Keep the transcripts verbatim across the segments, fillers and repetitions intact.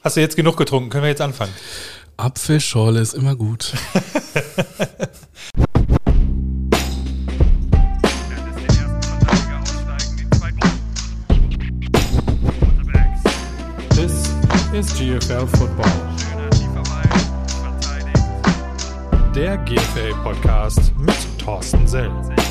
Hast du jetzt genug getrunken? Können wir jetzt anfangen? Apfelschorle ist immer gut. This is G F L Football. Der G F L-Podcast mit Thorsten Sell.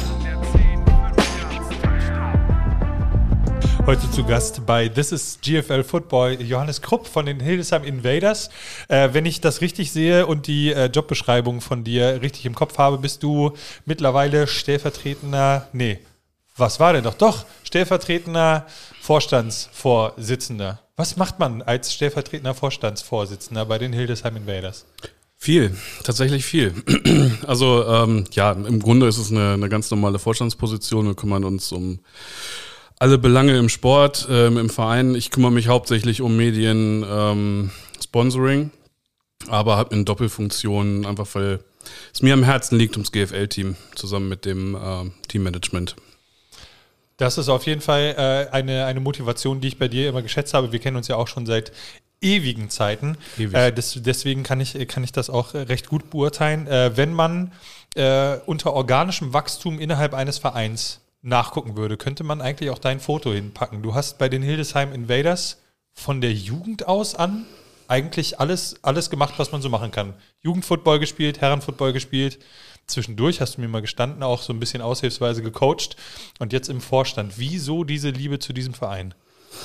Heute zu Gast bei This is G F L Football Johannes Krupp von den Hildesheim Invaders. Äh, wenn ich das richtig sehe und die äh, Jobbeschreibung von dir richtig im Kopf habe, bist du mittlerweile stellvertretender, nee, was war denn doch? Doch, stellvertretender Vorstandsvorsitzender. Was macht man als stellvertretender Vorstandsvorsitzender bei den Hildesheim Invaders? Viel, tatsächlich viel. Also ähm, ja, im Grunde ist es eine, eine ganz normale Vorstandsposition. Wir kümmern uns um alle Belange im Sport, ähm, im Verein. Ich kümmere mich hauptsächlich um Medien, ähm, Sponsoring, aber habe eine Doppelfunktion, einfach weil es mir am Herzen liegt, ums G F L-Team zusammen mit dem äh, Teammanagement. Das ist auf jeden Fall äh, eine, eine Motivation, die ich bei dir immer geschätzt habe. Wir kennen uns ja auch schon seit ewigen Zeiten. Ewig. Äh, des, deswegen kann ich, kann ich das auch recht gut beurteilen. Äh, wenn man äh, unter organischem Wachstum innerhalb eines Vereins nachgucken würde, könnte man eigentlich auch dein Foto hinpacken. Du hast bei den Hildesheim Invaders von der Jugend aus an eigentlich alles, alles gemacht, was man so machen kann. Jugendfootball gespielt, Herrenfootball gespielt. Zwischendurch hast du mir mal gestanden, auch so ein bisschen aushilfsweise gecoacht und jetzt im Vorstand. Wieso diese Liebe zu diesem Verein?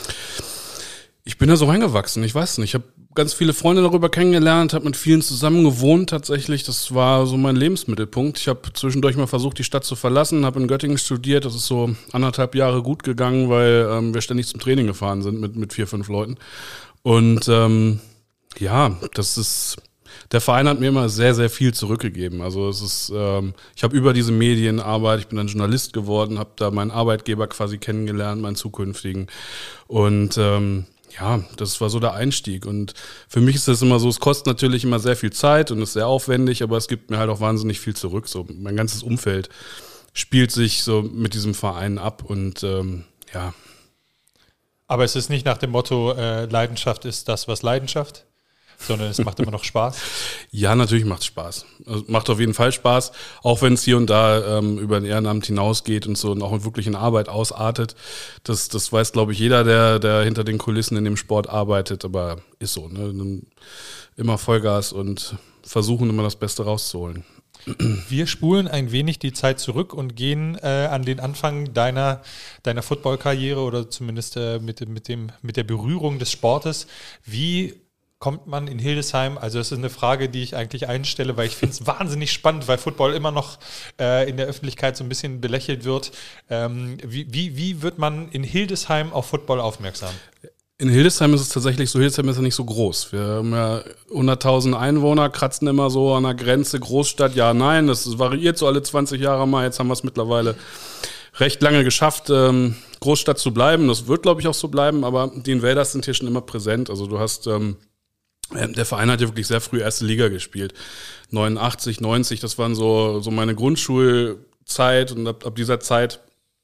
Ich bin da so reingewachsen, ich weiß nicht. Ich habe ganz viele Freunde darüber kennengelernt, habe mit vielen zusammen gewohnt tatsächlich. Das war so mein Lebensmittelpunkt. Ich habe zwischendurch mal versucht, die Stadt zu verlassen, habe in Göttingen studiert. Das ist so anderthalb Jahre gut gegangen, weil ähm, wir ständig zum Training gefahren sind mit, mit vier, fünf Leuten. Und ähm, ja, das ist... Der Verein hat mir immer sehr, sehr viel zurückgegeben. Also es ist, ähm, ich habe über diese Medienarbeit, ich bin dann Journalist geworden, habe da meinen Arbeitgeber quasi kennengelernt, meinen zukünftigen. Und ähm, ja, das war so der Einstieg. Und für mich ist das immer so, es kostet natürlich immer sehr viel Zeit und ist sehr aufwendig, aber es gibt mir halt auch wahnsinnig viel zurück. So mein ganzes Umfeld spielt sich so mit diesem Verein ab und ähm, ja. Aber es ist nicht nach dem Motto, äh, Leidenschaft ist das, was Leidenschaft, sondern es macht immer noch Spaß. Ja, natürlich macht es Spaß. Also macht auf jeden Fall Spaß, auch wenn es hier und da ähm, über ein Ehrenamt hinausgeht und so und auch wirklich in Arbeit ausartet. Das, das weiß, glaube ich, jeder, der, der hinter den Kulissen in dem Sport arbeitet, aber ist so, ne? Immer Vollgas und versuchen immer das Beste rauszuholen. Wir spulen ein wenig die Zeit zurück und gehen äh, an den Anfang deiner, deiner Football-Karriere oder zumindest äh, mit, mit, dem, mit der Berührung des Sportes. Wie kommt man in Hildesheim? Also das ist eine Frage, die ich eigentlich einstelle, weil ich finde es wahnsinnig spannend, weil Football immer noch äh, in der Öffentlichkeit so ein bisschen belächelt wird. Ähm, wie, wie, wie wird man in Hildesheim auf Football aufmerksam? In Hildesheim ist es tatsächlich so, Hildesheim ist ja nicht so groß. Wir haben ja hunderttausend Einwohner, kratzen immer so an der Grenze, Großstadt, ja, nein, das variiert so alle zwanzig Jahre mal. Jetzt haben wir es mittlerweile recht lange geschafft, ähm, Großstadt zu bleiben. Das wird, glaube ich, auch so bleiben, aber die Invaders sind hier schon immer präsent. Also du hast... Ähm, Der Verein hat ja wirklich sehr früh erste Liga gespielt. neunundachtzig, neunzig, das waren so, so meine Grundschulzeit und ab, ab dieser Zeit,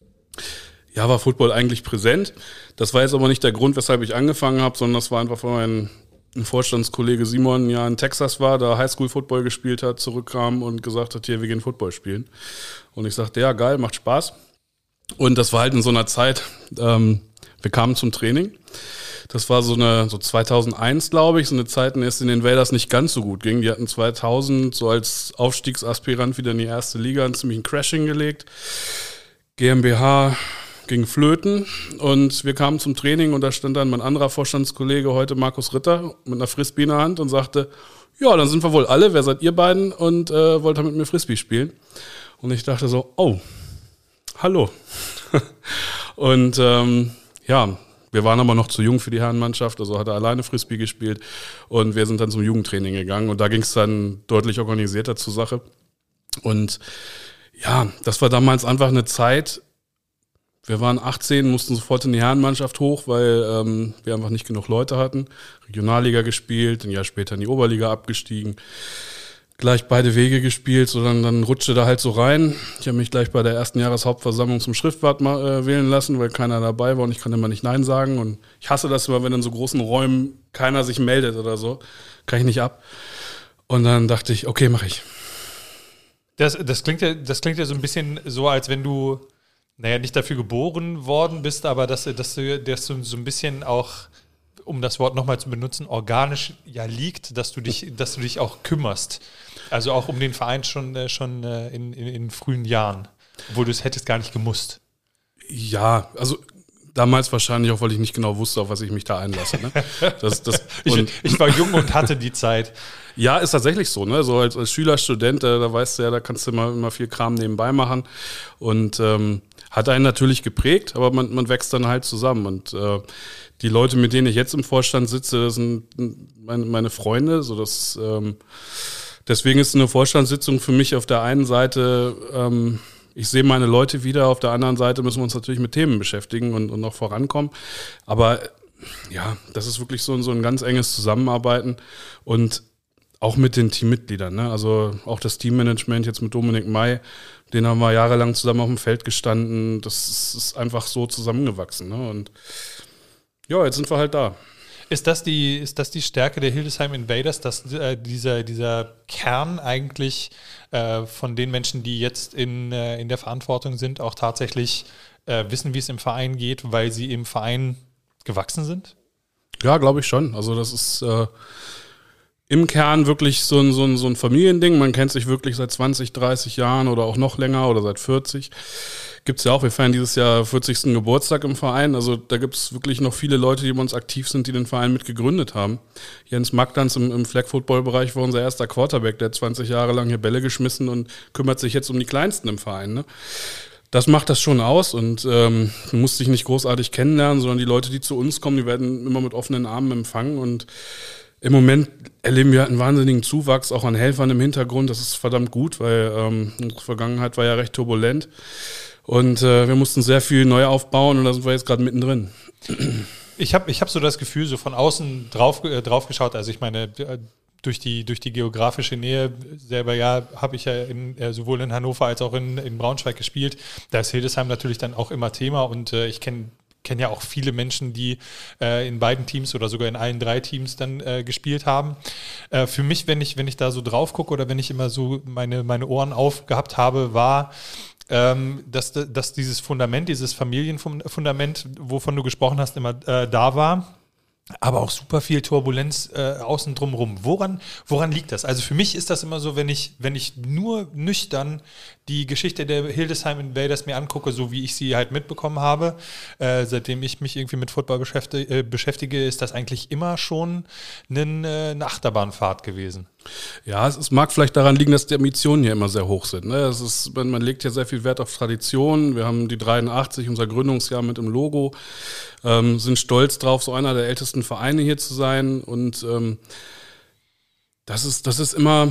ja, war Football eigentlich präsent. Das war jetzt aber nicht der Grund, weshalb ich angefangen habe, sondern das war einfach, weil mein Vorstandskollege Simon ja in Texas war, da Highschool-Football gespielt hat, zurückkam und gesagt hat, hier, wir gehen Football spielen. Und ich sagte, ja, geil, macht Spaß. Und das war halt in so einer Zeit, ähm, wir kamen zum Training. Das war so eine, so zweitausendeins, glaube ich, so eine Zeit, in der es den Invaders nicht ganz so gut ging. Die hatten zweitausend so als Aufstiegsaspirant wieder in die erste Liga einen ziemlichen Crash hingelegt. GmbH ging flöten und wir kamen zum Training und da stand dann mein anderer Vorstandskollege heute, Markus Ritter, mit einer Frisbee in der Hand und sagte, ja, dann sind wir wohl alle, wer seid ihr beiden und äh, wollt mit mir Frisbee spielen? Und ich dachte so, oh, hallo. Und ähm, ja, wir waren aber noch zu jung für die Herrenmannschaft, also hat er alleine Frisbee gespielt und wir sind dann zum Jugendtraining gegangen und da ging es dann deutlich organisierter zur Sache. Und ja, das war damals einfach eine Zeit, wir waren achtzehn, mussten sofort in die Herrenmannschaft hoch, weil ähm, wir einfach nicht genug Leute hatten. Regionalliga gespielt, ein Jahr später in die Oberliga abgestiegen. gleich beide Wege gespielt, so dann, dann rutschte da halt so rein. Ich habe mich gleich bei der ersten Jahreshauptversammlung zum Schriftwart mal, äh, wählen lassen, weil keiner dabei war und ich konnte immer nicht Nein sagen. Und ich hasse das immer, wenn in so großen Räumen keiner sich meldet oder so. Kann ich nicht ab. Und dann dachte ich, okay, mache ich. Das, das, klingt ja, das klingt ja so ein bisschen so, als wenn du, naja, nicht dafür geboren worden bist, aber dass, dass, du, dass du so ein bisschen auch, um das Wort nochmal zu benutzen, organisch ja liegt, dass du dich, dass du dich auch kümmerst. Also auch um den Verein schon, äh, schon äh, in, in, in frühen Jahren, obwohl du es hättest gar nicht gemusst. Ja, also damals wahrscheinlich auch, weil ich nicht genau wusste, auf was ich mich da einlasse. Ne? Das, das, ich, ich war jung und hatte die Zeit. Ja, ist tatsächlich so, ne? So als, als Schüler, Student, äh, da weißt du ja, da kannst du immer, immer viel Kram nebenbei machen. Und ähm, hat einen natürlich geprägt, aber man, man wächst dann halt zusammen. Und äh, die Leute, mit denen ich jetzt im Vorstand sitze, das sind meine, meine Freunde. So das, ähm, deswegen ist eine Vorstandssitzung für mich auf der einen Seite, ähm, ich sehe meine Leute wieder, auf der anderen Seite müssen wir uns natürlich mit Themen beschäftigen und, und noch vorankommen. Aber ja, das ist wirklich so, so ein ganz enges Zusammenarbeiten und auch mit den Teammitgliedern. Ne? Also auch das Teammanagement jetzt mit Dominik May, den haben wir jahrelang zusammen auf dem Feld gestanden. Das ist einfach so zusammengewachsen. Ne? Und ja, jetzt sind wir halt da. Ist das die, ist das die Stärke der Hildesheim Invaders, dass äh, dieser, dieser Kern eigentlich äh, von den Menschen, die jetzt in, äh, in der Verantwortung sind, auch tatsächlich äh, wissen, wie es im Verein geht, weil sie im Verein gewachsen sind? Ja, glaube ich schon. Also das ist äh, im Kern wirklich so ein, so, ein, so ein Familiending. Man kennt sich wirklich seit zwanzig, dreißig Jahren oder auch noch länger oder seit vierzig. Gibt es ja auch, wir feiern dieses Jahr vierzigsten Geburtstag im Verein. Also da gibt es wirklich noch viele Leute, die bei uns aktiv sind, die den Verein mit gegründet haben. Jens Magdans im, im Flag-Football-Bereich war unser erster Quarterback, der hat zwanzig Jahre lang hier Bälle geschmissen und kümmert sich jetzt um die Kleinsten im Verein. Ne? Das macht das schon aus und ähm, du musst dich nicht großartig kennenlernen, sondern die Leute, die zu uns kommen, die werden immer mit offenen Armen empfangen und im Moment erleben wir einen wahnsinnigen Zuwachs, auch an Helfern im Hintergrund. Das ist verdammt gut, weil ähm, unsere Vergangenheit war ja recht turbulent. Und äh, wir mussten sehr viel neu aufbauen und da sind wir jetzt gerade mittendrin. Ich habe ich hab so das Gefühl, so von außen drauf, äh, drauf geschaut, also ich meine, äh, durch die, durch die geografische Nähe selber, ja, habe ich ja in, äh, sowohl in Hannover als auch in, in Braunschweig gespielt. Da ist Hildesheim natürlich dann auch immer Thema und äh, ich kenne kenne ja auch viele Menschen, die äh, in beiden Teams oder sogar in allen drei Teams dann äh, gespielt haben. Äh, für mich, wenn ich, wenn ich da so drauf gucke oder wenn ich immer so meine, meine Ohren aufgehabt habe, war, ähm, dass, dass dieses Fundament, dieses Familienfundament, wovon du gesprochen hast, immer äh, da war. Aber auch super viel Turbulenz äh, außen drumherum. Woran, woran liegt das? Also für mich ist das immer so, wenn ich, wenn ich nur nüchtern die Geschichte der Hildesheim Invaders mir angucke, so wie ich sie halt mitbekommen habe, äh, seitdem ich mich irgendwie mit Football beschäftige, äh, beschäftige, ist das eigentlich immer schon einen, äh, eine Achterbahnfahrt gewesen. Ja, es, es mag vielleicht daran liegen, dass die Ambitionen hier immer sehr hoch sind. Ne? Es ist, man, man legt ja sehr viel Wert auf Tradition. Wir haben die dreiundachtzig, unser Gründungsjahr mit im Logo, ähm, sind stolz drauf, so einer der ältesten Vereine hier zu sein. Und ähm, das ist, das ist immer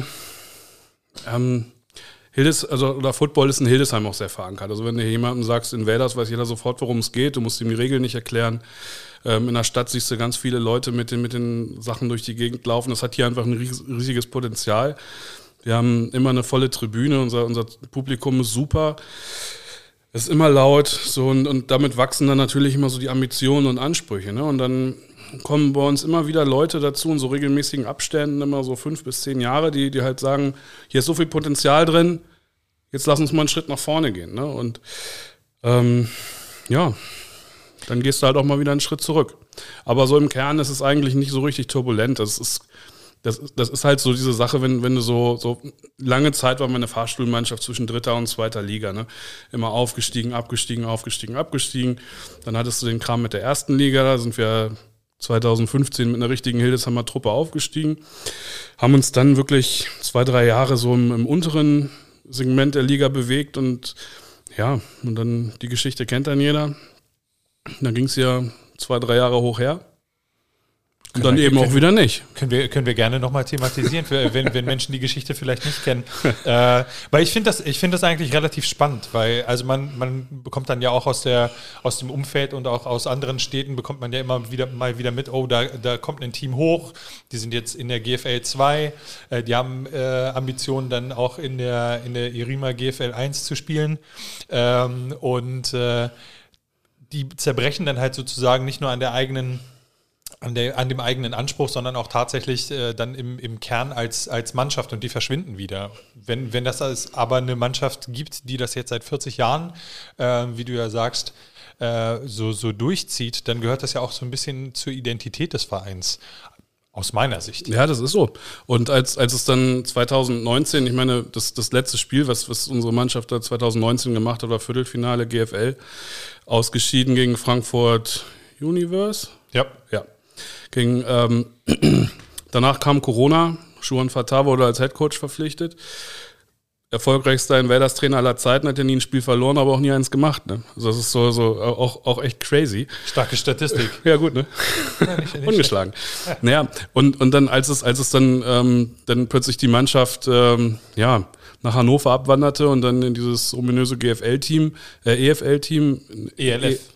ähm, Hildes, also oder Football ist in Hildesheim auch sehr verankert. Also wenn du jemandem sagst, Invaders, weiß jeder sofort, worum es geht. Du musst ihm die Regeln nicht erklären. Ähm, in der Stadt siehst du ganz viele Leute mit den, mit den Sachen durch die Gegend laufen. Das hat hier einfach ein riesiges Potenzial. Wir haben immer eine volle Tribüne. Unser, unser Publikum ist super. Es ist immer laut. So, und, und damit wachsen dann natürlich immer so die Ambitionen und Ansprüche. Ne? Und dann kommen bei uns immer wieder Leute dazu in so regelmäßigen Abständen, immer so fünf bis zehn Jahre, die, die halt sagen, hier ist so viel Potenzial drin, jetzt lass uns mal einen Schritt nach vorne gehen. Ne? Und ähm, ja, dann gehst du halt auch mal wieder einen Schritt zurück. Aber so im Kern ist es eigentlich nicht so richtig turbulent. Das ist, das, das ist halt so diese Sache, wenn, wenn du so, so lange Zeit war meine Fahrstuhlmannschaft zwischen dritter und zweiter Liga. Ne? Immer aufgestiegen, abgestiegen, aufgestiegen, abgestiegen. Dann hattest du den Kram mit der ersten Liga, da sind wir zwanzig fünfzehn mit einer richtigen Hildesheimer Truppe aufgestiegen, haben uns dann wirklich zwei, drei Jahre so im, im unteren Segment der Liga bewegt und ja, und dann die Geschichte kennt dann jeder. Dann ging es ja zwei, drei Jahre hoch her Und dann wir, eben können, auch wieder nicht. Können wir, können wir gerne nochmal thematisieren, für, wenn, wenn Menschen die Geschichte vielleicht nicht kennen. äh, weil ich finde das, ich finde das eigentlich relativ spannend, weil also man, man bekommt dann ja auch aus, der, aus dem Umfeld und auch aus anderen Städten bekommt man ja immer wieder mal wieder mit, oh, da, da kommt ein Team hoch, die sind jetzt in der G F L zwei, äh, die haben äh, Ambitionen dann auch in der, in der IRIMA G F L eins zu spielen. Ähm, und äh, die zerbrechen dann halt sozusagen nicht nur an der eigenen, an, der, an dem eigenen Anspruch, sondern auch tatsächlich äh, dann im, im Kern als, als Mannschaft und die verschwinden wieder. Wenn, wenn das als, aber eine Mannschaft gibt, die das jetzt seit vierzig Jahren, äh, wie du ja sagst, äh, so, so durchzieht, dann gehört das ja auch so ein bisschen zur Identität des Vereins. Aus meiner Sicht. Ja, das ist so. Und als, als es dann zwanzig neunzehn, ich meine, das, das letzte Spiel, was, was unsere Mannschaft da zwanzig neunzehn gemacht hat, war Viertelfinale G F L, ausgeschieden gegen Frankfurt Universe. Ja. Ja. Gegen, ähm, danach kam Corona, Shuan Fatah wurde als Headcoach verpflichtet. Erfolgreichster Invaders-Trainer aller Zeiten, hat ja nie ein Spiel verloren, aber auch nie eins gemacht. Ne? Also das ist so, so auch, auch echt crazy. Starke Statistik. Ja, gut, ne? Ja, nicht, nicht ungeschlagen. Ja. Naja, und, und dann, als es, als es dann, ähm, dann plötzlich die Mannschaft ähm, ja, nach Hannover abwanderte und dann in dieses ominöse G F L-Team, äh, E F L-Team, E L F.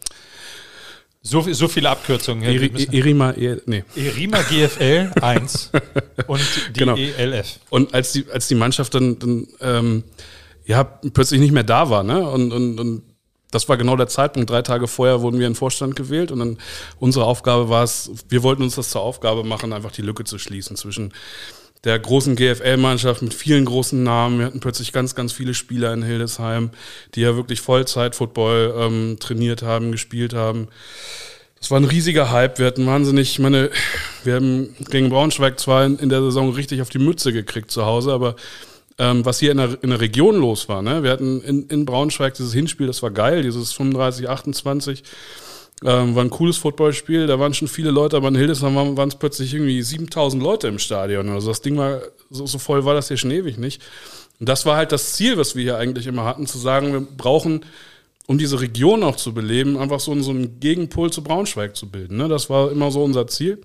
So, so viele Abkürzungen. Eri, Erima, e, nee. Erima G F L eins und die genau. E L F. Und als die, als die Mannschaft dann, dann ähm, ja, plötzlich nicht mehr da war, ne? Und, und, und das war genau der Zeitpunkt. Drei Tage vorher wurden wir in den Vorstand gewählt und dann unsere Aufgabe war es, wir wollten uns das zur Aufgabe machen, einfach die Lücke zu schließen zwischen der großen G F L-Mannschaft mit vielen großen Namen. Wir hatten plötzlich ganz, ganz viele Spieler in Hildesheim, die ja wirklich Vollzeit-Football ähm, trainiert haben, gespielt haben. Das war ein riesiger Hype. Wir hatten wahnsinnig, ich meine, wir haben gegen Braunschweig zwar in, in der Saison richtig auf die Mütze gekriegt zu Hause, aber ähm, was hier in der, in der Region los war, ne? Wir hatten in, in Braunschweig dieses Hinspiel, das war geil, dieses fünfunddreißig achtundzwanzig. Ähm, war ein cooles Footballspiel, da waren schon viele Leute, aber in Hildesheim waren, waren es plötzlich irgendwie siebentausend Leute im Stadion. Also das Ding war, so, so voll war das hier schon ewig nicht. Und das war halt das Ziel, was wir hier eigentlich immer hatten, zu sagen, wir brauchen, um diese Region auch zu beleben, einfach so, so einen Gegenpol zu Braunschweig zu bilden. Ne? Das war immer so unser Ziel.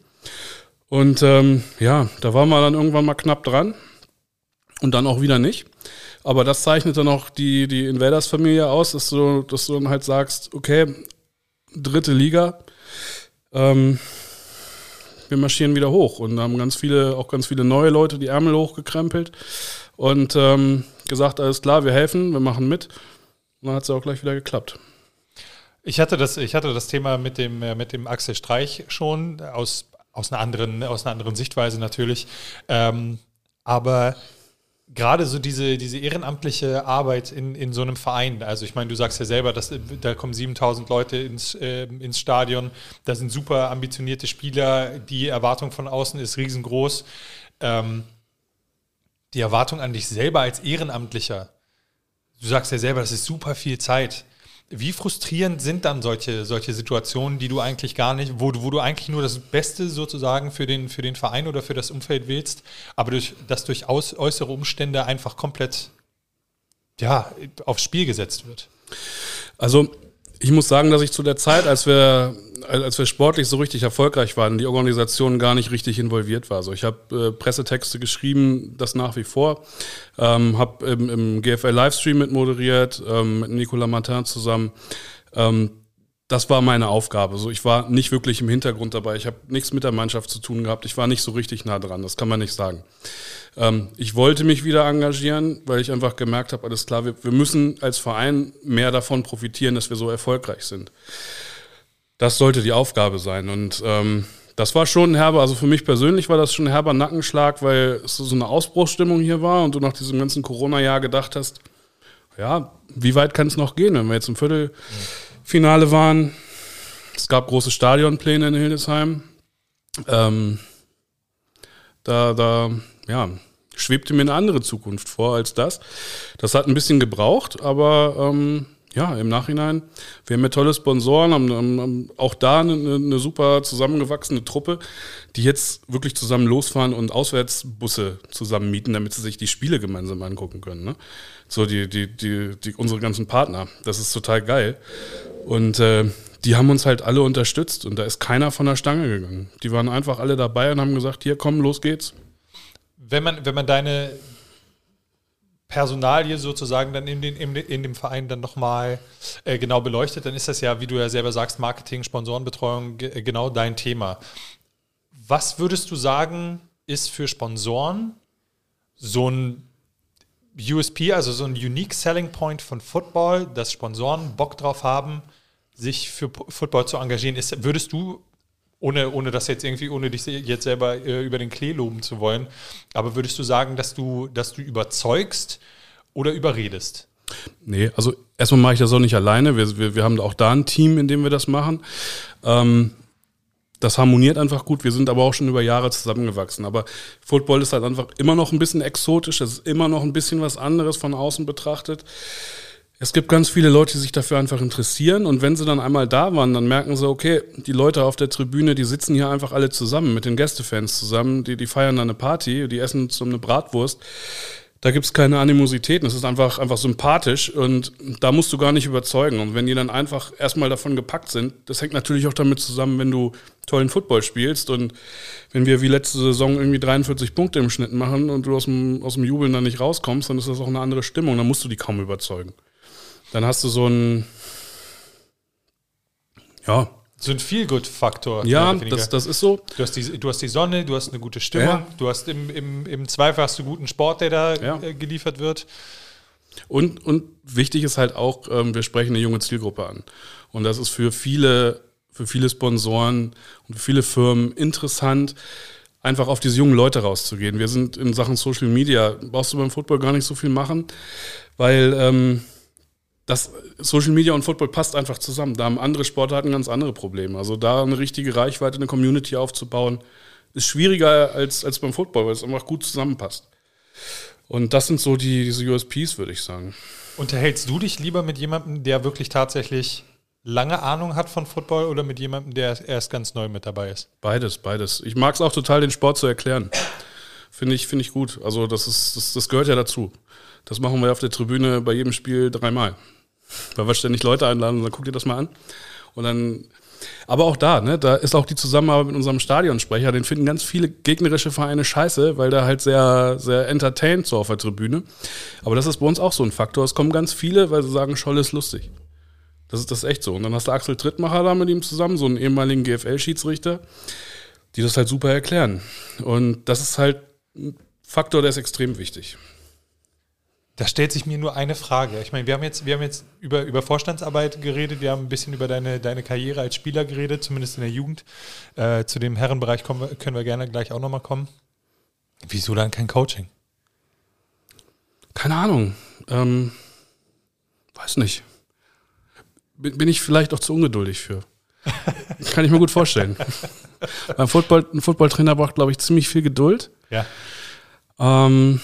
Und ähm, ja, da waren wir dann irgendwann mal knapp dran und dann auch wieder nicht. Aber das zeichnet dann auch die, die Invaders-Familie aus, dass du, dass du dann halt sagst, okay, dritte Liga, ähm, wir marschieren wieder hoch und haben ganz viele, auch ganz viele neue Leute die Ärmel hochgekrempelt und ähm, gesagt, alles klar, wir helfen, wir machen mit. Und dann hat es ja auch gleich wieder geklappt. Ich hatte das, ich hatte das Thema mit dem, mit dem Axel Streich schon, aus, aus, einer, anderen, aus einer anderen Sichtweise natürlich, ähm, aber gerade so diese, diese ehrenamtliche Arbeit in, in so einem Verein, also ich meine, du sagst ja selber, dass, da kommen siebentausend Leute ins, äh, ins Stadion, da sind super ambitionierte Spieler, die Erwartung von außen ist riesengroß. Ähm, die Erwartung an dich selber als Ehrenamtlicher, du sagst ja selber, das ist super viel Zeit. Wie frustrierend sind dann solche, solche Situationen, die du eigentlich gar nicht, wo, wo du eigentlich nur das Beste sozusagen für den, für den Verein oder für das Umfeld willst, aber durch, das durch aus, äußere Umstände einfach komplett ja, aufs Spiel gesetzt wird? Also ich muss sagen, dass ich zu der Zeit, als wir, als wir sportlich so richtig erfolgreich waren, die Organisation gar nicht richtig involviert war. Also ich habe äh, Pressetexte geschrieben, das nach wie vor, ähm, habe im, im G F L-Livestream mit moderiert, ähm, mit Nicolas Martin zusammen. Ähm, das war meine Aufgabe. Also ich war nicht wirklich im Hintergrund dabei. Ich habe nichts mit der Mannschaft zu tun gehabt. Ich war nicht so richtig nah dran, das kann man nicht sagen. Ähm, ich wollte mich wieder engagieren, weil ich einfach gemerkt habe, alles klar, wir, wir müssen als Verein mehr davon profitieren, dass wir so erfolgreich sind. Das sollte die Aufgabe sein. Und ähm, das war schon ein herber, also für mich persönlich war das schon ein herber Nackenschlag, weil es so eine Ausbruchsstimmung hier war und du nach diesem ganzen Corona-Jahr gedacht hast, ja, wie weit kann es noch gehen, wenn wir jetzt im Viertelfinale waren? Es gab große Stadionpläne in Hildesheim. Ähm, da, da, ja, schwebte mir eine andere Zukunft vor als das. Das hat ein bisschen gebraucht, aber ähm, ja, im Nachhinein, wir haben ja tolle Sponsoren, haben, haben auch da eine, eine super zusammengewachsene Truppe, die jetzt wirklich zusammen losfahren und Auswärtsbusse zusammen mieten, damit sie sich die Spiele gemeinsam angucken können. Ne? So die, die, die, die, unsere ganzen Partner. Das ist total geil. Und äh, die haben uns halt alle unterstützt und da ist keiner von der Stange gegangen. Die waren einfach alle dabei und haben gesagt, hier komm, los geht's. Wenn man, wenn man deine Personalie sozusagen dann in, den, in, in dem Verein dann nochmal äh, genau beleuchtet, dann ist das ja, wie du ja selber sagst, Marketing, Sponsorenbetreuung g- genau dein Thema. Was würdest du sagen, ist für Sponsoren so ein U S P, also so ein Unique Selling Point von Football, dass Sponsoren Bock drauf haben, sich für P- Football zu engagieren? Ist, würdest du, ohne, ohne das jetzt irgendwie, ohne dich jetzt selber äh, über den Klee loben zu wollen, aber würdest du sagen, dass du, dass du überzeugst oder überredest? Nee, also erstmal mache ich das auch nicht alleine. Wir, wir, wir haben auch da ein Team, in dem wir das machen. Ähm, das harmoniert einfach gut. Wir sind aber auch schon über Jahre zusammengewachsen. Aber Football ist halt einfach immer noch ein bisschen exotisch. Es ist immer noch ein bisschen was anderes von außen betrachtet. Es gibt ganz viele Leute, die sich dafür einfach interessieren und wenn sie dann einmal da waren, dann merken sie, okay, die Leute auf der Tribüne, die sitzen hier einfach alle zusammen, mit den Gästefans zusammen, die, die feiern dann eine Party, die essen so eine Bratwurst. Da gibt es keine Animositäten, es ist einfach, einfach sympathisch und da musst du gar nicht überzeugen. Und wenn die dann einfach erstmal davon gepackt sind, das hängt natürlich auch damit zusammen, wenn du tollen Football spielst und wenn wir wie letzte Saison irgendwie dreiundvierzig Punkte im Schnitt machen und du aus dem, aus dem Jubeln dann nicht rauskommst, dann ist das auch eine andere Stimmung, dann musst du die kaum überzeugen. Dann hast du so ein, ja. So ein Feel-Good-Faktor. Ja, das, das ist so. Du hast, die, du hast die Sonne, du hast eine gute Stimmung, ja. du hast im, im, im Zweifel hast du guten Sport, der da ja. äh, geliefert wird. Und, und wichtig ist halt auch, ähm, wir sprechen eine junge Zielgruppe an. Und das ist für viele, für viele Sponsoren und für viele Firmen interessant, einfach auf diese jungen Leute rauszugehen. Wir sind in Sachen Social Media, brauchst du beim Football gar nicht so viel machen, weil ähm, das Social Media und Football passt einfach zusammen. Da haben andere Sportarten ganz andere Probleme. Also da eine richtige Reichweite, eine Community aufzubauen, ist schwieriger als, als beim Football, weil es einfach gut zusammenpasst. Und das sind so die, diese U S Ps, würde ich sagen. Unterhältst du dich lieber mit jemandem, der wirklich tatsächlich lange Ahnung hat von Football oder mit jemandem, der erst ganz neu mit dabei ist? Beides, beides. Ich mag es auch total, den Sport zu erklären. Finde ich, finde ich gut. Also das ist, das, das gehört ja dazu. Das machen wir auf der Tribüne bei jedem Spiel dreimal. Weil wir ständig Leute einladen und dann guck dir das mal an. Und dann, aber auch da, ne, da ist auch die Zusammenarbeit mit unserem Stadionsprecher, den finden ganz viele gegnerische Vereine scheiße, weil der halt sehr, sehr entertaint so auf der Tribüne. Aber das ist bei uns auch so ein Faktor. Es kommen ganz viele, weil sie sagen, Scholle ist lustig. Das ist, das ist echt so. Und dann hast du Axel Trittmacher da mit ihm zusammen, so einen ehemaligen G F L-Schiedsrichter, die das halt super erklären. Und das ist halt ein Faktor, der ist extrem wichtig. Da stellt sich mir nur eine Frage. Ich meine, wir haben jetzt, wir haben jetzt über, über Vorstandsarbeit geredet, wir haben ein bisschen über deine, deine Karriere als Spieler geredet, zumindest in der Jugend. Äh, zu dem Herrenbereich kommen wir, können wir gerne gleich auch nochmal kommen. Wieso dann kein Coaching? Keine Ahnung. Ähm, weiß nicht. Bin, bin ich vielleicht auch zu ungeduldig für. Kann ich mir gut vorstellen. Beim Football, ein Footballtrainer braucht, glaube ich, ziemlich viel Geduld. Ja. Ähm,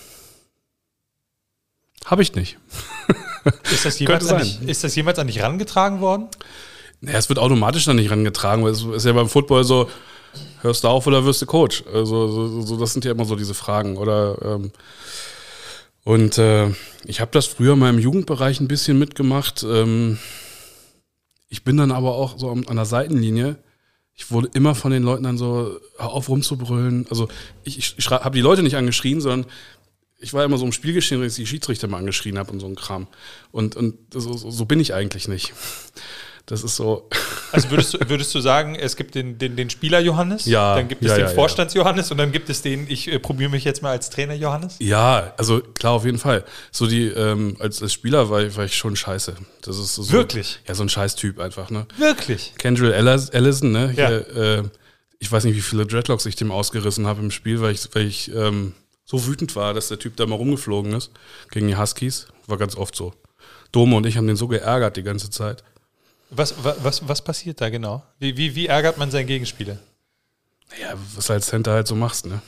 Habe ich nicht. Ist das, jemals an dich, ist das jemals an dich rangetragen worden? Naja, es wird automatisch dann nicht rangetragen, weil es ist ja beim Football so, hörst du auf oder wirst du Coach? Also so, so, das sind ja immer so diese Fragen. Oder ähm, und äh, ich habe das früher mal im Jugendbereich ein bisschen mitgemacht. Ähm, ich bin dann aber auch so an, an der Seitenlinie. Ich wurde immer von den Leuten dann so, hör auf rumzubrüllen. Also ich, ich, ich habe die Leute nicht angeschrien, sondern ich war immer so im Spielgeschehen, dass ich die Schiedsrichter mal angeschrien habe und so ein Kram. Und, und so, so bin ich eigentlich nicht. Das ist so. Also würdest du, würdest du sagen, es gibt den, den, den Spieler Johannes, ja, dann gibt es ja, den ja, Vorstands Johannes und dann gibt es den, ich äh, probiere mich jetzt mal als Trainer Johannes? Ja, also klar, auf jeden Fall. So die, ähm, als, als Spieler war ich, war ich schon scheiße. Das ist so, Wirklich? Ja, so ein Scheißtyp einfach, ne? Wirklich? Kendrill Ellison, ne? Ja. Hier, äh, ich weiß nicht, wie viele Dreadlocks ich dem ausgerissen habe im Spiel, weil ich, weil ich ähm, so wütend war, dass der Typ da mal rumgeflogen ist gegen die Huskies. War ganz oft so. Dome und ich haben den so geärgert die ganze Zeit. Was, was, was passiert da genau? Wie, wie, wie ärgert man seinen Gegenspieler? Naja, was du als Center halt so machst, ne?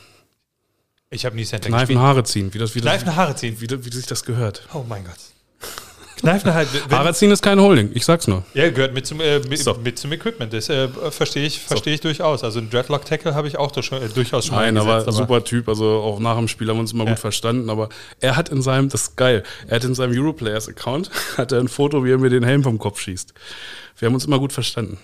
Ich habe nie Center Kneifen, gespielt. Haare ziehen. Wie das, wie das, Kneifen, Haare ziehen. Wie, wie, wie sich das gehört. Oh mein Gott. Kneifen halt. Haare ziehen ist kein Holding, ich sag's nur. Ja, gehört mit zum, äh, mit, so. mit zum Equipment. Das äh, verstehe ich, versteh ich so. durchaus. Also ein Dreadlock-Tackle habe ich auch durch, äh, durchaus schon Nein, mal aber, gesetzt, aber super Typ, also auch nach dem Spiel haben wir uns immer ja. gut verstanden, aber er hat in seinem, das ist geil, er hat in seinem Europlayers-Account hat er ein Foto, wie er mir den Helm vom Kopf schießt. Wir haben uns immer gut verstanden.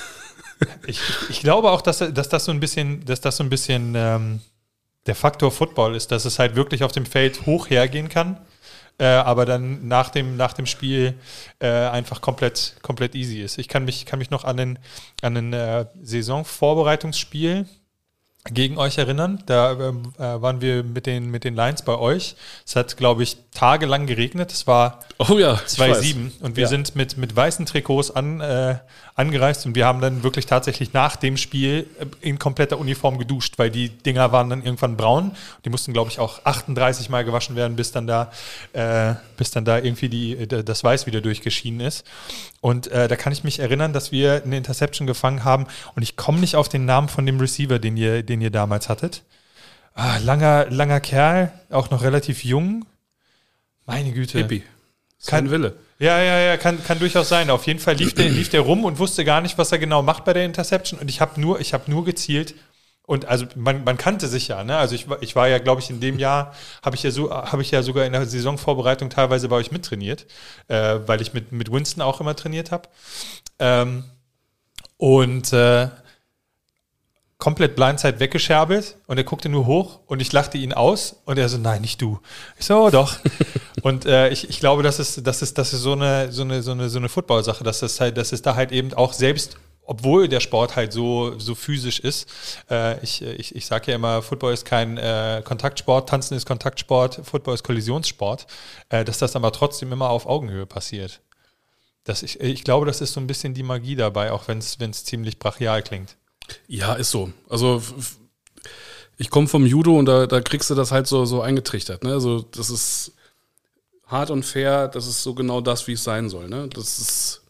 Ich, ich glaube auch, dass, dass das so ein bisschen, dass das so ein bisschen ähm, der Faktor Football ist, dass es halt wirklich auf dem Feld hoch hergehen kann. Äh, aber dann nach dem, nach dem Spiel äh, einfach komplett, komplett easy ist. Ich kann mich, kann mich noch an ein, an ein äh, Saisonvorbereitungsspiel gegen euch erinnern. Da äh, waren wir mit den, mit den Lions bei euch. Es hat, glaube ich, tagelang geregnet. Es war oh ja, zwei sieben und wir ja. sind mit, mit weißen Trikots an, äh, angereist und wir haben dann wirklich tatsächlich nach dem Spiel in kompletter Uniform geduscht, weil die Dinger waren dann irgendwann braun. Die mussten, glaube ich, auch achtunddreißig Mal gewaschen werden, bis dann da, äh, bis dann da irgendwie die, das Weiß wieder durchgeschienen ist. Und äh, da kann ich mich erinnern, dass wir eine Interception gefangen haben und ich komme nicht auf den Namen von dem Receiver, den ihr, den ihr damals hattet. Ah, langer, langer Kerl, auch noch relativ jung. Meine Güte. Hippie. Kein Wille. Ja, ja, ja, kann, kann durchaus sein. Auf jeden Fall lief der, lief der rum und wusste gar nicht, was er genau macht bei der Interception. Und ich habe nur, ich habe nur gezielt. Und also man, man kannte sich ja, ne? Also ich, ich war ja, glaube ich, in dem Jahr, habe ich ja so, habe ich ja sogar in der Saisonvorbereitung teilweise bei euch mittrainiert, äh, weil ich mit, mit Winston auch immer trainiert habe. Ähm, und äh, komplett Blindside weggescherbelt und er guckte nur hoch und ich lachte ihn aus und er so, nein, nicht du. Ich so, oh, doch. Und äh, ich, ich glaube, das ist, das ist, das ist so eine, so eine, so eine, so eine Football-Sache, dass das halt, dass es da halt eben auch selbst, obwohl der Sport halt so, so physisch ist, äh, ich, ich, ich sage ja immer, Football ist kein äh, Kontaktsport, Tanzen ist Kontaktsport, Football ist Kollisionssport, äh, dass das aber trotzdem immer auf Augenhöhe passiert. Das ich, ich glaube, das ist so ein bisschen die Magie dabei, auch wenn es ziemlich brachial klingt. Ja, ist so. Also ich komme vom Judo und da, da kriegst du das halt so, so eingetrichtert. Ne? Also das ist hart und fair, das ist so genau das, wie es sein soll. Ne? Das ist,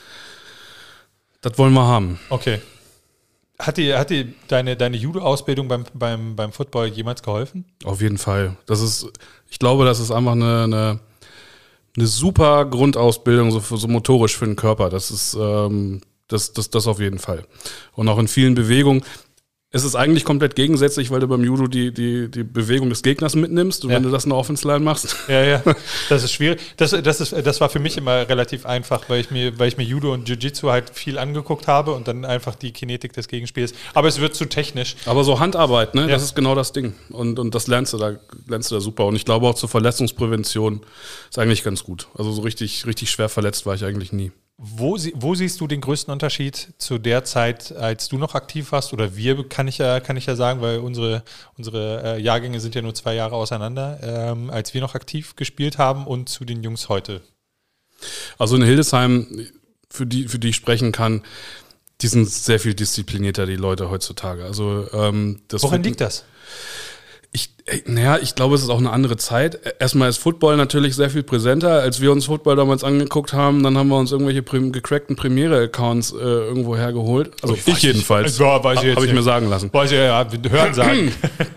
das wollen wir haben. Okay. Hat dir, hat dir deine, deine Judo-Ausbildung beim, beim, beim Football jemals geholfen? Auf jeden Fall. Das ist, ich glaube, das ist einfach eine, eine, eine super Grundausbildung, so, für, so motorisch für den Körper. Das ist ähm, Das, das, das auf jeden Fall. Und auch in vielen Bewegungen. Es ist eigentlich komplett gegensätzlich, weil du beim Judo die, die, die Bewegung des Gegners mitnimmst und ja. wenn du das in der Offense-Line machst. Ja, ja, das ist schwierig. Das, das, ist, das war für mich immer relativ einfach, weil ich mir, weil ich mir Judo und Jiu-Jitsu halt viel angeguckt habe und dann einfach die Kinetik des Gegenspiels. Aber es wird zu technisch. Aber so Handarbeit, ne? Ja. Das ist genau das Ding. Und, und das lernst du da, lernst du da super. Und ich glaube auch zur Verletzungsprävention ist eigentlich ganz gut. Also so richtig, richtig schwer verletzt war ich eigentlich nie. Wo, wo siehst du den größten Unterschied zu der Zeit, als du noch aktiv warst? Oder wir, kann ich ja, kann ich ja sagen, weil unsere, unsere äh, Jahrgänge sind ja nur zwei Jahre auseinander, ähm, als wir noch aktiv gespielt haben und zu den Jungs heute. Also in Hildesheim, für die, für die ich sprechen kann, die sind sehr viel disziplinierter, die Leute heutzutage. Also, ähm, das Woran liegt das? Ich, naja, ich glaube, es ist auch eine andere Zeit. Erstmal ist Football natürlich sehr viel präsenter. Als wir uns Football damals angeguckt haben, dann haben wir uns irgendwelche prim- gecrackten Premiere-Accounts äh, irgendwo hergeholt. Also ich, ich jedenfalls. Ja, weiß ich jetzt Habe ich mir sagen lassen. Weiß ich, ja, hören sagen.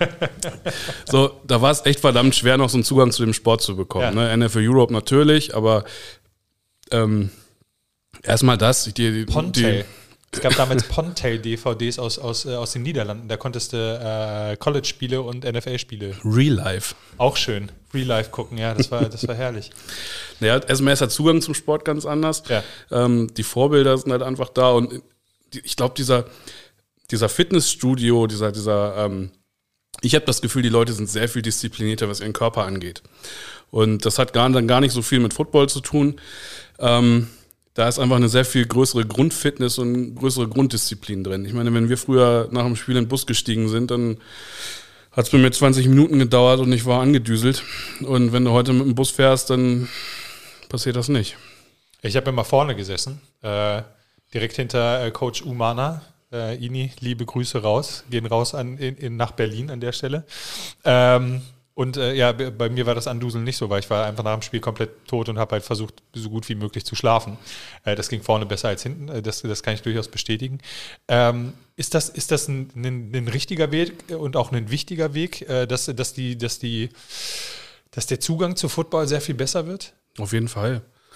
So, da war es echt verdammt schwer, noch so einen Zugang zu dem Sport zu bekommen. Ja. Ne? N F L Europe natürlich, aber ähm, erstmal das. Die, die, die, Es gab damals Pontail-D V Ds aus, aus, äh, aus den Niederlanden. Da konntest du äh, College-Spiele und N F L-Spiele. Real Life. Auch schön. Real Life gucken, ja, das war, das war herrlich. Naja, erstmal ist der Zugang zum Sport ganz anders. Ja. Ähm, die Vorbilder sind halt einfach da. Und die, ich glaube, dieser, dieser Fitnessstudio, dieser, dieser ähm, ich habe das Gefühl, die Leute sind sehr viel disziplinierter, was ihren Körper angeht. Und das hat gar, dann gar nicht so viel mit Football zu tun. Ähm, Da ist einfach eine sehr viel größere Grundfitness und größere Grunddisziplin drin. Ich meine, wenn wir früher nach dem Spiel in den Bus gestiegen sind, dann hat es bei mir zwanzig Minuten gedauert und ich war angedüselt. Und wenn du heute mit dem Bus fährst, dann passiert das nicht. Ich habe immer vorne gesessen, äh, direkt hinter äh, Coach Umana. Äh, Ini, liebe Grüße raus, gehen raus an, in, in, nach Berlin an der Stelle. Ähm, Und äh, ja, bei mir war das Anduseln nicht so, weil ich war einfach nach dem Spiel komplett tot und habe halt versucht, so gut wie möglich zu schlafen. Äh, das ging vorne besser als hinten, äh, das, das kann ich durchaus bestätigen. Ähm, ist das, ist das ein, ein, ein richtiger Weg und auch ein wichtiger Weg, äh, dass, dass, die, dass, die, dass der Zugang zu Football sehr viel besser wird? Auf jeden Fall.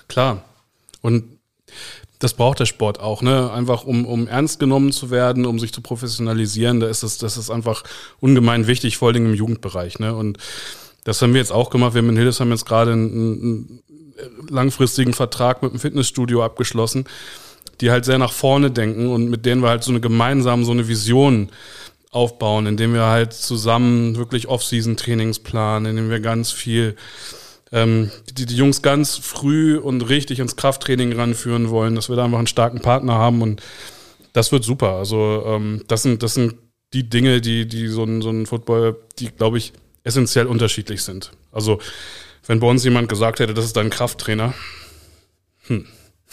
Klar. Und das braucht der Sport auch, ne? Einfach um, um ernst genommen zu werden, um sich zu professionalisieren, da ist das, das ist einfach ungemein wichtig, vor allem im Jugendbereich, ne? Und das haben wir jetzt auch gemacht. Wir mit Hildesheim jetzt gerade einen, einen langfristigen Vertrag mit einem Fitnessstudio abgeschlossen, die halt sehr nach vorne denken und mit denen wir halt so eine gemeinsam so eine Vision aufbauen, indem wir halt zusammen wirklich Off-Season-Trainings planen, indem wir ganz viel ähm, die, die Jungs ganz früh und richtig ins Krafttraining ranführen wollen, dass wir da einfach einen starken Partner haben und das wird super. Also ähm, das sind das sind die Dinge, die die so ein so ein Football, die glaube ich essentiell unterschiedlich sind. Also wenn bei uns jemand gesagt hätte, das ist dein Krafttrainer, hm.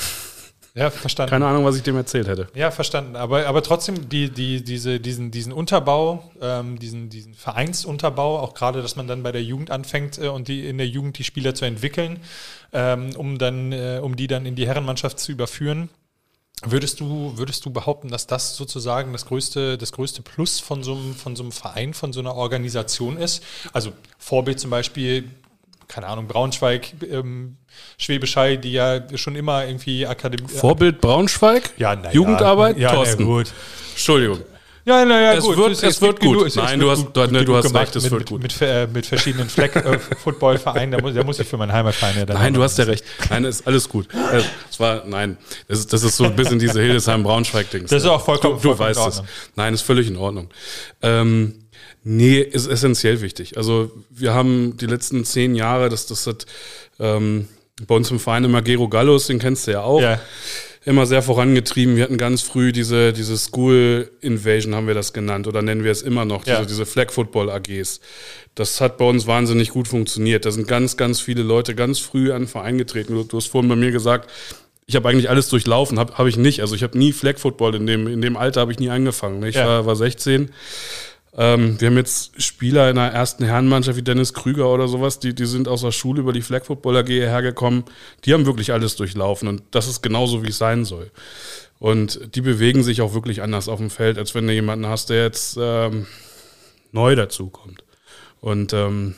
Ja, verstanden. Keine Ahnung, was ich dem erzählt hätte. Ja, verstanden. Aber, aber trotzdem die, die, diese, diesen, diesen Unterbau, ähm, diesen, diesen Vereinsunterbau, auch gerade, dass man dann bei der Jugend anfängt äh, und die in der Jugend die Spieler zu entwickeln, ähm, um dann, äh, um die dann in die Herrenmannschaft zu überführen. Würdest du, würdest du behaupten, dass das sozusagen das größte, das größte Plus von so einem, von so einem Verein, von so einer Organisation ist? Also Vorbild zum Beispiel, keine Ahnung, Braunschweig, ähm, Schwäbisch Hall, die ja schon immer irgendwie Akademie... Vorbild Braunschweig? Ja, na Jugendarbeit? Ja, Thorsten. Na gut. Entschuldigung. Ja, naja, es gut. Wird, es, es, es wird gut. Genug, es, Nein, es du hast, gut, du, gut, ne, du gut hast recht, es mit, wird mit, gut. Mit, mit, mit verschiedenen Fleck-Football-Vereinen, da, muss, da muss ich für meinen Heimatverein ja dann... Nein, du hast ja recht. Nein, ist alles gut. Es war, nein, das ist, das ist so ein bisschen diese Hildesheim-Braunschweig-Dings. Das ist auch vollkommen, du, du vollkommen weißt es. Nein, ist völlig in Ordnung. Ähm, nee, ist essentiell wichtig. Also wir haben die letzten zehn Jahre, das, das hat ähm, bei uns im Verein immer Gero Gallus, den kennst du ja auch, ja. immer sehr vorangetrieben. Wir hatten ganz früh diese, diese School Invasion, haben wir das genannt, oder nennen wir es immer noch, diese, ja. diese Flag Football A Gs. Das hat bei uns wahnsinnig gut funktioniert. Da sind ganz, ganz viele Leute ganz früh an den Verein getreten. Du, du hast vorhin bei mir gesagt, ich habe eigentlich alles durchlaufen, habe hab ich nicht. Also ich habe nie Flag Football, in dem, in dem Alter habe ich nie angefangen. Ich ja. war, war sechzehn. Ähm, wir haben jetzt Spieler in der ersten Herrenmannschaft wie Dennis Krüger oder sowas, die, die sind aus der Schule über die Flag Football A G hergekommen. Die haben wirklich alles durchlaufen und das ist genauso, wie es sein soll. Und die bewegen sich auch wirklich anders auf dem Feld, als wenn du jemanden hast, der jetzt ähm, neu dazukommt. Und ähm,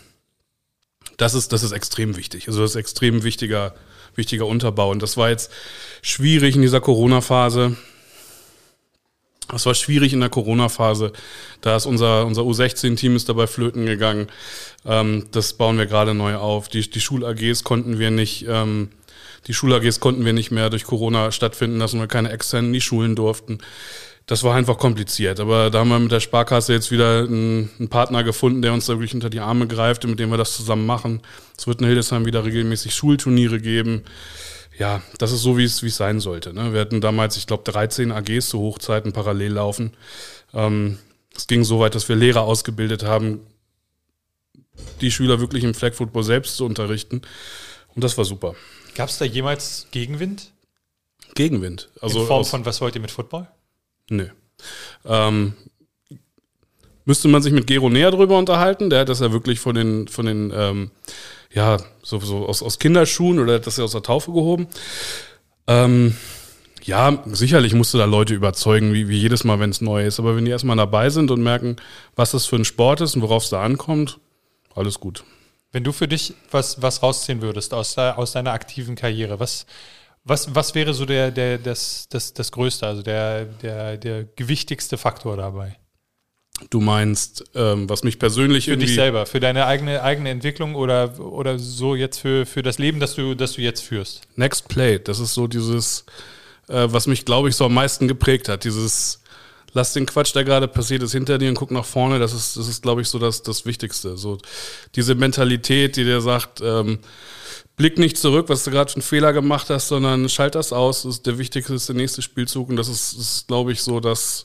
das ist, das ist extrem wichtig. Also das ist extrem wichtiger, wichtiger Unterbau. Und das war jetzt schwierig in dieser Corona-Phase. Das war schwierig in der Corona-Phase. Da ist unser, unser U sechzehn-Team ist dabei flöten gegangen. Ähm, das bauen wir gerade neu auf. Die, die Schul-A Gs konnten wir nicht, ähm, die Schul-A Gs konnten wir nicht mehr durch Corona stattfinden lassen, weil keine externen in die Schulen durften. Das war einfach kompliziert. Aber da haben wir mit der Sparkasse jetzt wieder einen, einen Partner gefunden, der uns da wirklich unter die Arme greift und mit dem wir das zusammen machen. Es wird in Hildesheim wieder regelmäßig Schulturniere geben. Ja, das ist so, wie es wie es sein sollte. Ne? Wir hatten damals, ich glaube, dreizehn A Gs zu Hochzeiten parallel laufen. Ähm, es ging so weit, dass wir Lehrer ausgebildet haben, die Schüler wirklich im Flag Football selbst zu unterrichten. Und das war super. Gab es da jemals Gegenwind? Gegenwind? Also in Form aus, von, was wollt ihr mit Football? Nö. Ähm, müsste man sich mit Gero näher drüber unterhalten. Der hat das ja wirklich von den, von den ähm, ja, so, so aus, aus Kinderschuhen oder hat das ja aus der Taufe gehoben. Ähm, ja, sicherlich musst du da Leute überzeugen, wie, wie jedes Mal, wenn es neu ist. Aber wenn die erstmal dabei sind und merken, was das für ein Sport ist und worauf es da ankommt, alles gut. Wenn du für dich was, was rausziehen würdest aus, der, aus deiner aktiven Karriere, was, was, was wäre so der, der, das, das, das Größte, also der, der, der gewichtigste Faktor dabei? Du meinst, ähm, was mich persönlich für irgendwie... dich selber, für deine eigene, eigene Entwicklung oder, oder so jetzt für, für das Leben, das du, das du jetzt führst? Next Play, das ist so dieses, äh, was mich, glaube ich, so am meisten geprägt hat. Dieses, lass den Quatsch, der gerade passiert ist, hinter dir und guck nach vorne. Das ist, das ist, glaube ich, so das, das Wichtigste. So diese Mentalität, die dir sagt, ähm, blick nicht zurück, was du gerade für einen Fehler gemacht hast, sondern schalt das aus. Das ist der wichtigste, ist der nächste Spielzug. Und das ist, das ist glaube ich, so das...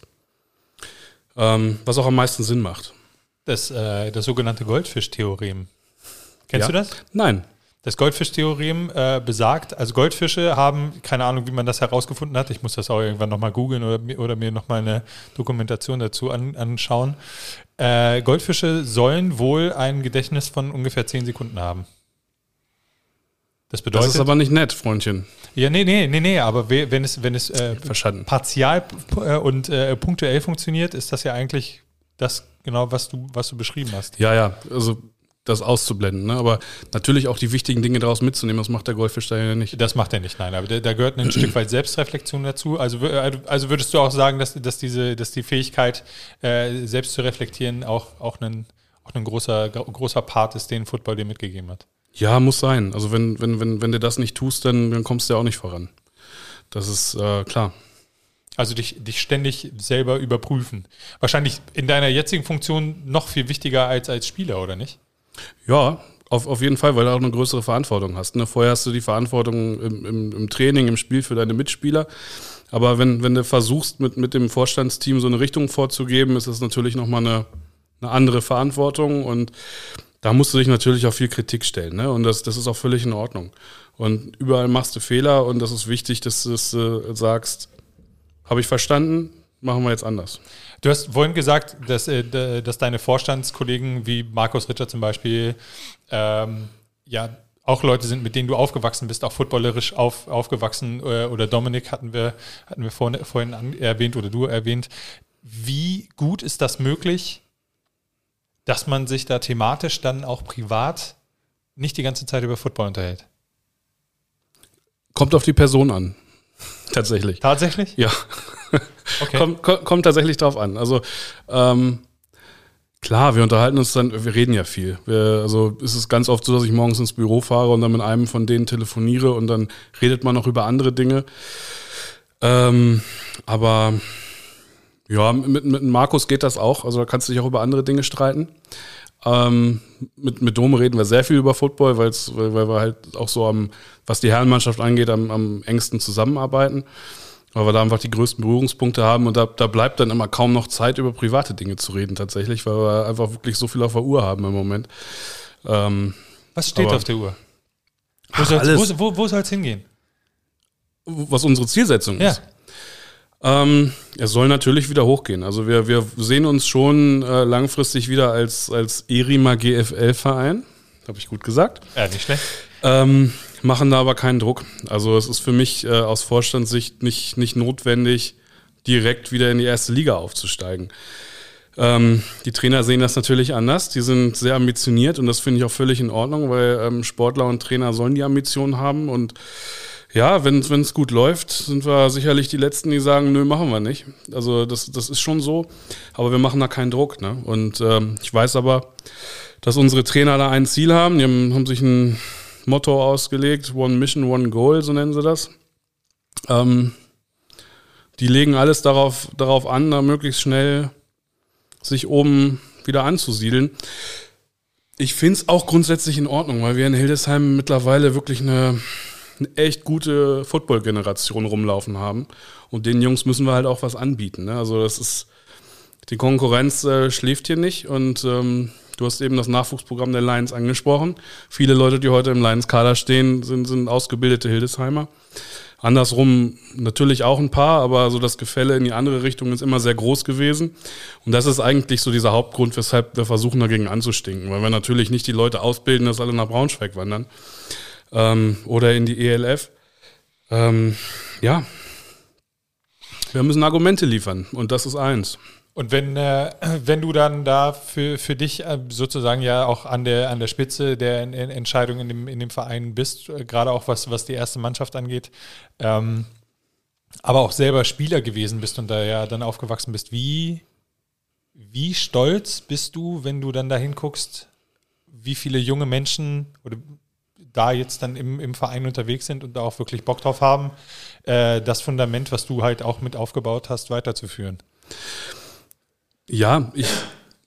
Ähm, was auch am meisten Sinn macht. Das, äh, das sogenannte Goldfischtheorem. Kennst ja? du das? Nein. Das Goldfischtheorem äh, besagt, also Goldfische haben, keine Ahnung, wie man das herausgefunden hat, ich muss das auch irgendwann nochmal googeln oder, oder mir nochmal eine Dokumentation dazu an, anschauen. Äh, Goldfische sollen wohl ein Gedächtnis von ungefähr zehn Sekunden haben. Das bedeutet. Das ist aber nicht nett, Freundchen. Ja, nee, nee, nee, nee, aber wenn es, wenn es äh, partial äh, und äh, punktuell funktioniert, ist das ja eigentlich das genau, was du, was du beschrieben hast. Ja, ja, also das auszublenden. Ne? Aber natürlich auch die wichtigen Dinge daraus mitzunehmen, das macht der Goldfischstein ja nicht. Das macht er nicht, nein. Aber da, da gehört ein Stück weit Selbstreflexion dazu. Also, also würdest du auch sagen, dass, dass, diese, dass die Fähigkeit, äh, selbst zu reflektieren, auch, auch ein, auch ein großer, großer Part ist, den Football dir mitgegeben hat? Ja, muss sein. Also wenn, wenn, wenn, wenn du das nicht tust, dann, dann kommst du ja auch nicht voran. Das ist äh, klar. Also dich, dich ständig selber überprüfen. Wahrscheinlich in deiner jetzigen Funktion noch viel wichtiger als als Spieler, oder nicht? Ja, auf, auf jeden Fall, weil du auch eine größere Verantwortung hast. Ne? Vorher hast du die Verantwortung im, im, im Training, im Spiel für deine Mitspieler. Aber wenn, wenn du versuchst, mit, mit dem Vorstandsteam so eine Richtung vorzugeben, ist das natürlich nochmal eine, eine andere Verantwortung. Und da musst du dich natürlich auf viel Kritik stellen. Ne? Und das, das ist auch völlig in Ordnung. Und überall machst du Fehler und das ist wichtig, dass du es äh, sagst, habe ich verstanden, machen wir jetzt anders. Du hast vorhin gesagt, dass, äh, dass deine Vorstandskollegen wie Markus Ritter zum Beispiel ähm, ja auch Leute sind, mit denen du aufgewachsen bist, auch footballerisch auf, aufgewachsen, äh, oder Dominik hatten wir, hatten wir vorhin, vorhin an, erwähnt oder du erwähnt. Wie gut ist das möglich, dass man sich da thematisch dann auch privat nicht die ganze Zeit über Football unterhält? Kommt auf die Person an. Tatsächlich. Tatsächlich? Ja. Okay. kommt, kommt, kommt tatsächlich drauf an. Also ähm, klar, wir unterhalten uns dann, wir reden ja viel. Wir, also es ist ganz oft so, dass ich morgens ins Büro fahre und dann mit einem von denen telefoniere und dann redet man noch über andere Dinge. Ähm, aber ja, mit, mit Markus geht das auch. Also da kannst du dich auch über andere Dinge streiten. Ähm, mit, mit Dome reden wir sehr viel über Football, weil's, weil, weil wir halt auch so am, was die Herrenmannschaft angeht, am, am engsten zusammenarbeiten, weil wir da einfach die größten Berührungspunkte haben und da, da bleibt dann immer kaum noch Zeit, über private Dinge zu reden tatsächlich, weil wir einfach wirklich so viel auf der Uhr haben im Moment. Ähm, was steht auf der Uhr? Wo soll wo, wo, wo es hingehen? Was unsere Zielsetzung ja. ist. Ähm, es soll natürlich wieder hochgehen. Also wir, wir sehen uns schon äh, langfristig wieder als, als ERIMA G F L-Verein. Habe ich gut gesagt. Ja, nicht schlecht. Ähm, machen da aber keinen Druck. Also es ist für mich äh, aus Vorstandssicht nicht, nicht notwendig, direkt wieder in die erste Liga aufzusteigen. Ähm, die Trainer sehen das natürlich anders. Die sind sehr ambitioniert und das finde ich auch völlig in Ordnung, weil ähm, Sportler und Trainer sollen die Ambitionen haben und ja, wenn es gut läuft, sind wir sicherlich die Letzten, die sagen, nö, machen wir nicht. Also das, das ist schon so, aber wir machen da keinen Druck. Ne? Und ähm, ich weiß aber, dass unsere Trainer da ein Ziel haben. Die haben, haben sich ein Motto ausgelegt, One Mission, One Goal, so nennen sie das. Ähm, die legen alles darauf, darauf an, da möglichst schnell sich oben wieder anzusiedeln. Ich finde es auch grundsätzlich in Ordnung, weil wir in Hildesheim mittlerweile wirklich eine... eine echt gute Football-Generation rumlaufen haben. Und den Jungs müssen wir halt auch was anbieten. Ne? Also das ist, die Konkurrenz äh, schläft hier nicht. Und ähm, du hast eben das Nachwuchsprogramm der Lions angesprochen. Viele Leute, die heute im Lions-Kader stehen, sind, sind ausgebildete Hildesheimer. Andersrum natürlich auch ein paar, aber so das Gefälle in die andere Richtung ist immer sehr groß gewesen. Und das ist eigentlich so dieser Hauptgrund, weshalb wir versuchen, dagegen anzustinken. Weil wir natürlich nicht die Leute ausbilden, dass alle nach Braunschweig wandern. Ähm, oder in die E L F. Ähm, ja, wir müssen Argumente liefern und das ist eins. Und wenn, äh, wenn du dann da für, für dich äh, sozusagen ja auch an der, an der Spitze der in, in Entscheidung in dem, in dem Verein bist, äh, gerade auch was, was die erste Mannschaft angeht, ähm, aber auch selber Spieler gewesen bist und da ja dann aufgewachsen bist, wie, wie stolz bist du, wenn du dann da hinguckst, wie viele junge Menschen oder da jetzt dann im, im Verein unterwegs sind und da auch wirklich Bock drauf haben, äh, das Fundament, was du halt auch mit aufgebaut hast, weiterzuführen? Ja, ich,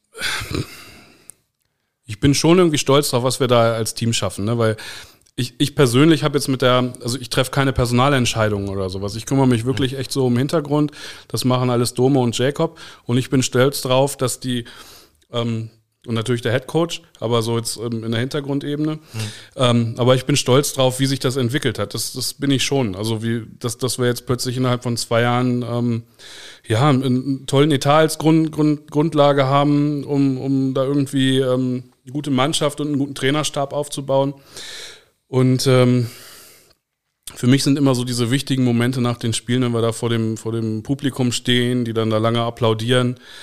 ich bin schon irgendwie stolz drauf, was wir da als Team schaffen, ne? Weil ich, ich persönlich habe jetzt mit der, also ich treffe keine Personalentscheidungen oder sowas. Ich kümmere mich wirklich echt so um den Hintergrund. Das machen alles Dome und Jacob und ich bin stolz drauf, dass die ähm, und natürlich der Headcoach, aber so jetzt ähm, in der Hintergrundebene. Mhm. Ähm, aber ich bin stolz drauf, wie sich das entwickelt hat. Das, das bin ich schon. Also wie, dass, dass wir jetzt plötzlich innerhalb von zwei Jahren ähm, ja, einen tollen Etat als Grund, Grund, Grundlage haben, um, um da irgendwie ähm, eine gute Mannschaft und einen guten Trainerstab aufzubauen. Und ähm, für mich sind immer so diese wichtigen Momente nach den Spielen, wenn wir da vor dem, vor dem Publikum stehen, die dann da lange applaudieren.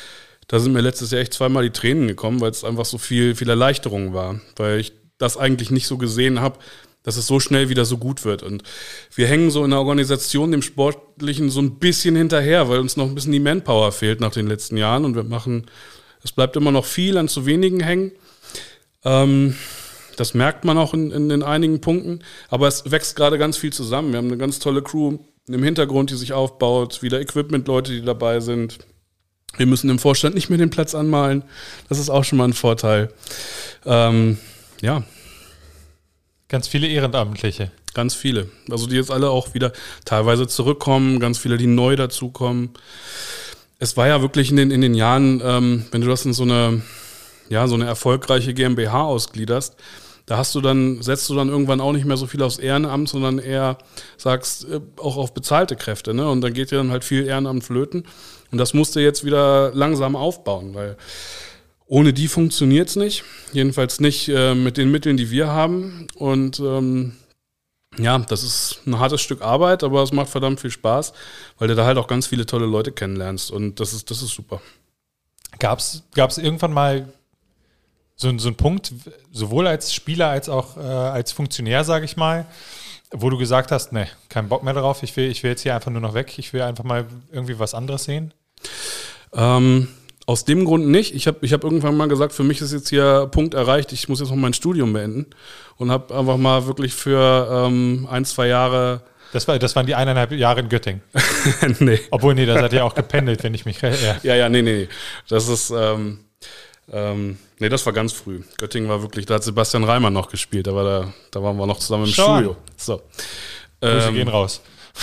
da sind mir letztes Jahr echt zweimal die Tränen gekommen, weil es einfach so viel, viel Erleichterung war. Weil ich das eigentlich nicht so gesehen habe, dass es so schnell wieder so gut wird. Und wir hängen so in der Organisation dem Sportlichen so ein bisschen hinterher, weil uns noch ein bisschen die Manpower fehlt nach den letzten Jahren. Und wir machen, es bleibt immer noch viel an zu wenigen hängen. Ähm, das merkt man auch in, in, in einigen Punkten. Aber es wächst gerade ganz viel zusammen. Wir haben eine ganz tolle Crew im Hintergrund, die sich aufbaut, wieder Equipment-Leute, die dabei sind. Wir müssen im Vorstand nicht mehr den Platz anmalen. Das ist auch schon mal ein Vorteil. Ähm, ja. Ganz viele Ehrenamtliche. Ganz viele. Also die jetzt alle auch wieder teilweise zurückkommen, ganz viele, die neu dazukommen. Es war ja wirklich in den, in den Jahren, ähm, wenn du das in so eine, ja, so eine erfolgreiche GmbH ausgliederst, da hast du dann, setzt du dann irgendwann auch nicht mehr so viel aufs Ehrenamt, sondern eher sagst äh, auch auf bezahlte Kräfte, ne? Und dann geht dir dann halt viel Ehrenamt flöten. Und das musst du jetzt wieder langsam aufbauen, weil ohne die funktioniert es nicht. Jedenfalls nicht äh, mit den Mitteln, die wir haben. Und ähm, ja, das ist ein hartes Stück Arbeit, aber es macht verdammt viel Spaß, weil du da halt auch ganz viele tolle Leute kennenlernst. Und das ist, das ist super. Gab es irgendwann mal so, so einen Punkt, sowohl als Spieler als auch äh, als Funktionär, sage ich mal, wo du gesagt hast, ne, kein Bock mehr darauf, ich will, ich will jetzt hier einfach nur noch weg, ich will einfach mal irgendwie was anderes sehen? Ähm, aus dem Grund nicht. Ich habe ich hab irgendwann mal gesagt, für mich ist jetzt hier Punkt erreicht, ich muss jetzt noch mein Studium beenden und habe einfach mal wirklich für ähm, ein, zwei Jahre... Das, war, das waren die eineinhalb Jahre in Göttingen. Nee. Obwohl, nee, da seid ihr auch gependelt, wenn ich mich... Ja, ja, ja nee, nee. Das ist... Ähm, ähm, nee, das war ganz früh. Göttingen war wirklich, da hat Sebastian Reimann noch gespielt, da, war da, da waren wir noch zusammen im Schon. Studio. So. Grüße Ähm, gehen raus.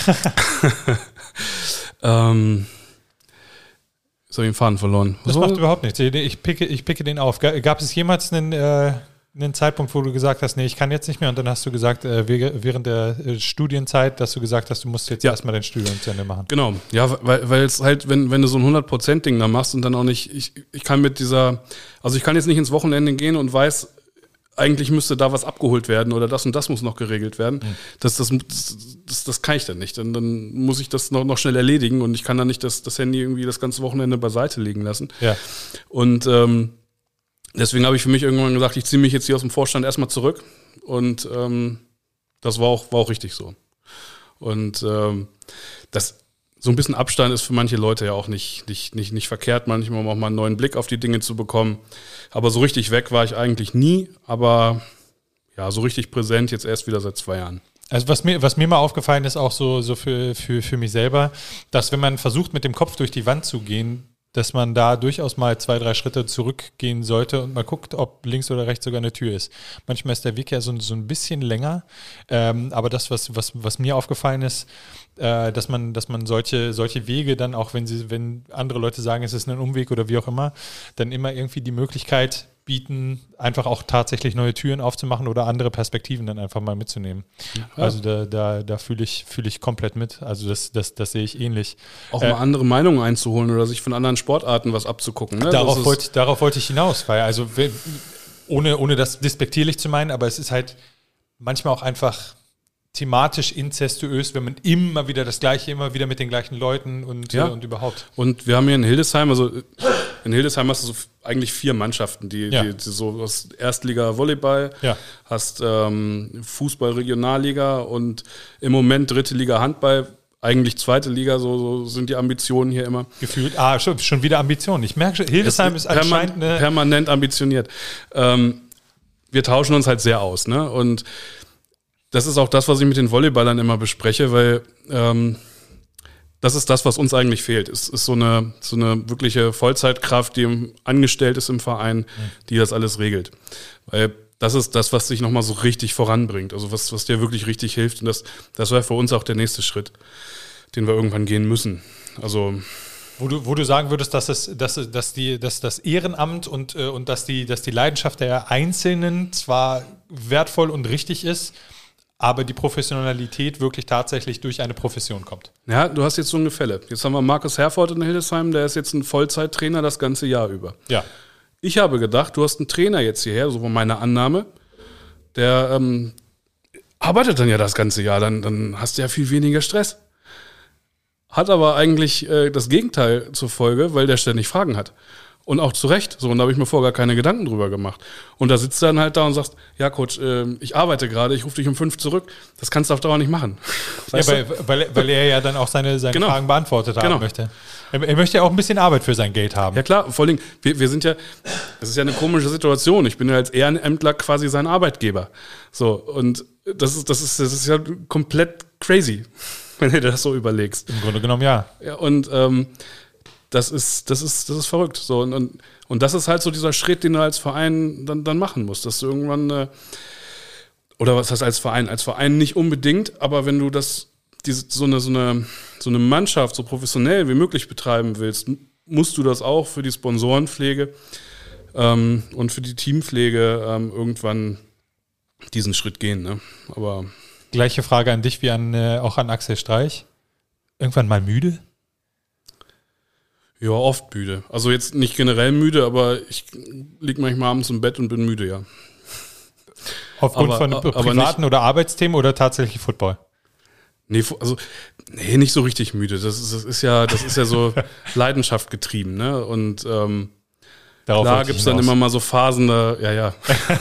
ähm, jetzt habe ich den Faden verloren. Das so? macht überhaupt nichts. Ich picke, ich picke den auf. Gab es jemals einen, äh, einen Zeitpunkt, wo du gesagt hast, nee, ich kann jetzt nicht mehr, und dann hast du gesagt, äh, während der äh, Studienzeit, dass du gesagt hast, du musst jetzt ja. erstmal dein Studium zu Ende machen? Genau, ja, weil, weil es halt, wenn, wenn du so ein hundert Prozent Ding da machst und dann auch nicht, ich, ich kann mit dieser, also ich kann jetzt nicht ins Wochenende gehen und weiß, eigentlich müsste da was abgeholt werden oder das und das muss noch geregelt werden. Mhm. Das, das, das, das kann ich dann nicht. Dann, dann muss ich das noch, noch schnell erledigen und ich kann dann nicht das, das Handy irgendwie das ganze Wochenende beiseite liegen lassen. Ja. Und ähm, deswegen habe ich für mich irgendwann gesagt, ich ziehe mich jetzt hier aus dem Vorstand erstmal zurück. Und ähm, das war auch, war auch richtig so. Und ähm, das so ein bisschen Abstand ist für manche Leute ja auch nicht, nicht, nicht, nicht verkehrt, manchmal auch mal einen neuen Blick auf die Dinge zu bekommen. Aber so richtig weg war ich eigentlich nie, aber ja, so richtig präsent jetzt erst wieder seit zwei Jahren. Also was mir, was mir mal aufgefallen ist, auch so, so für, für, für mich selber, dass wenn man versucht, mit dem Kopf durch die Wand zu gehen, dass man da durchaus mal zwei, drei Schritte zurückgehen sollte und mal guckt, ob links oder rechts sogar eine Tür ist. Manchmal ist der Weg ja so, so ein bisschen länger, ähm, aber das, was, was, was mir aufgefallen ist, äh, dass man, dass man solche, solche Wege dann auch, wenn sie, wenn andere Leute sagen, es ist ein Umweg oder wie auch immer, dann immer irgendwie die Möglichkeit bieten, einfach auch tatsächlich neue Türen aufzumachen oder andere Perspektiven dann einfach mal mitzunehmen. Ja. Also da, da, da fühle ich, fühle ich komplett mit. Also das, das, das sehe ich ähnlich. Auch mal äh, andere Meinungen einzuholen oder sich von anderen Sportarten was abzugucken. Ne? Darauf, wollte, darauf wollte ich hinaus, weil also ohne, ohne das despektierlich zu meinen, aber es ist halt manchmal auch einfach thematisch inzestuös, wenn man immer wieder das Gleiche, immer wieder mit den gleichen Leuten und, ja. äh, und überhaupt. Und wir haben hier in Hildesheim, also in Hildesheim hast du so eigentlich vier Mannschaften, die, ja. die, die so aus Erstliga Volleyball, ja. hast ähm, Fußball Regionalliga und im Moment dritte Liga Handball, eigentlich zweite Liga, so, so sind die Ambitionen hier immer. Gefühlt, ah, schon, schon wieder Ambitionen. Ich merke schon, Hildesheim ist anscheinend permanent, permanent ambitioniert. Ähm, wir tauschen uns halt sehr aus, ne? Und das ist auch das, was ich mit den Volleyballern immer bespreche, weil ähm, das ist das, was uns eigentlich fehlt. Es ist so eine, so eine wirkliche Vollzeitkraft, die angestellt ist im Verein, die das alles regelt. Weil das ist das, was dich nochmal so richtig voranbringt, also was, was dir wirklich richtig hilft. Und das, das wäre für uns auch der nächste Schritt, den wir irgendwann gehen müssen. Also Wo du, wo du sagen würdest, dass, es, dass, dass, die, dass das Ehrenamt und, und dass, die, dass die Leidenschaft der Einzelnen zwar wertvoll und richtig ist, aber die Professionalität wirklich tatsächlich durch eine Profession kommt. Ja, du hast jetzt so ein Gefälle. Jetzt haben wir Markus Herford in Hildesheim, der ist jetzt ein Vollzeittrainer das ganze Jahr über. Ja. Ich habe gedacht, du hast einen Trainer jetzt hierher, so war meine Annahme, der ähm, arbeitet dann ja das ganze Jahr, dann, dann hast du ja viel weniger Stress. Hat aber eigentlich äh, das Gegenteil zur Folge, weil der ständig Fragen hat. Und auch zu Recht. So, und da habe ich mir vorher gar keine Gedanken drüber gemacht. Und da sitzt du dann halt da und sagst, ja Coach, äh, ich arbeite gerade, ich rufe dich um fünf zurück. Das kannst du auf Dauer nicht machen. Ja, weil, weil, weil er ja dann auch seine, seine genau. Fragen beantwortet haben genau. möchte. Er, er möchte ja auch ein bisschen Arbeit für sein Geld haben. Ja klar, vor allem, wir, wir sind ja, das ist ja eine komische Situation. Ich bin ja als Ehrenämtler quasi sein Arbeitgeber. So, und das ist, das ist, das ist ja komplett crazy, wenn du dir das so überlegst. Im Grunde genommen, ja. Ja, und ähm, Das ist, das ist, das ist verrückt. So, und, und, und das ist halt so dieser Schritt, den du als Verein dann, dann machen musst, dass du irgendwann, äh, oder was heißt als Verein? Als Verein nicht unbedingt, aber wenn du das, diese, so, eine, so, eine, so eine Mannschaft so professionell wie möglich betreiben willst, musst du das auch für die Sponsorenpflege ähm, und für die Teampflege ähm, irgendwann diesen Schritt gehen. Ne? Aber gleiche Frage an dich wie an, äh, auch an Axel Streich. Irgendwann mal müde? Ja, oft müde. Also jetzt nicht generell müde, aber ich liege manchmal abends im Bett und bin müde, ja. Aufgrund aber, von aber privaten nicht, oder Arbeitsthemen oder tatsächlich Football? Nee, also nee, nicht so richtig müde. Das ist, das ist ja, das ist ja so Leidenschaft getrieben, ne? Und ähm, Darauf klar gibt es dann immer mal so Phasen, da, ja, ja.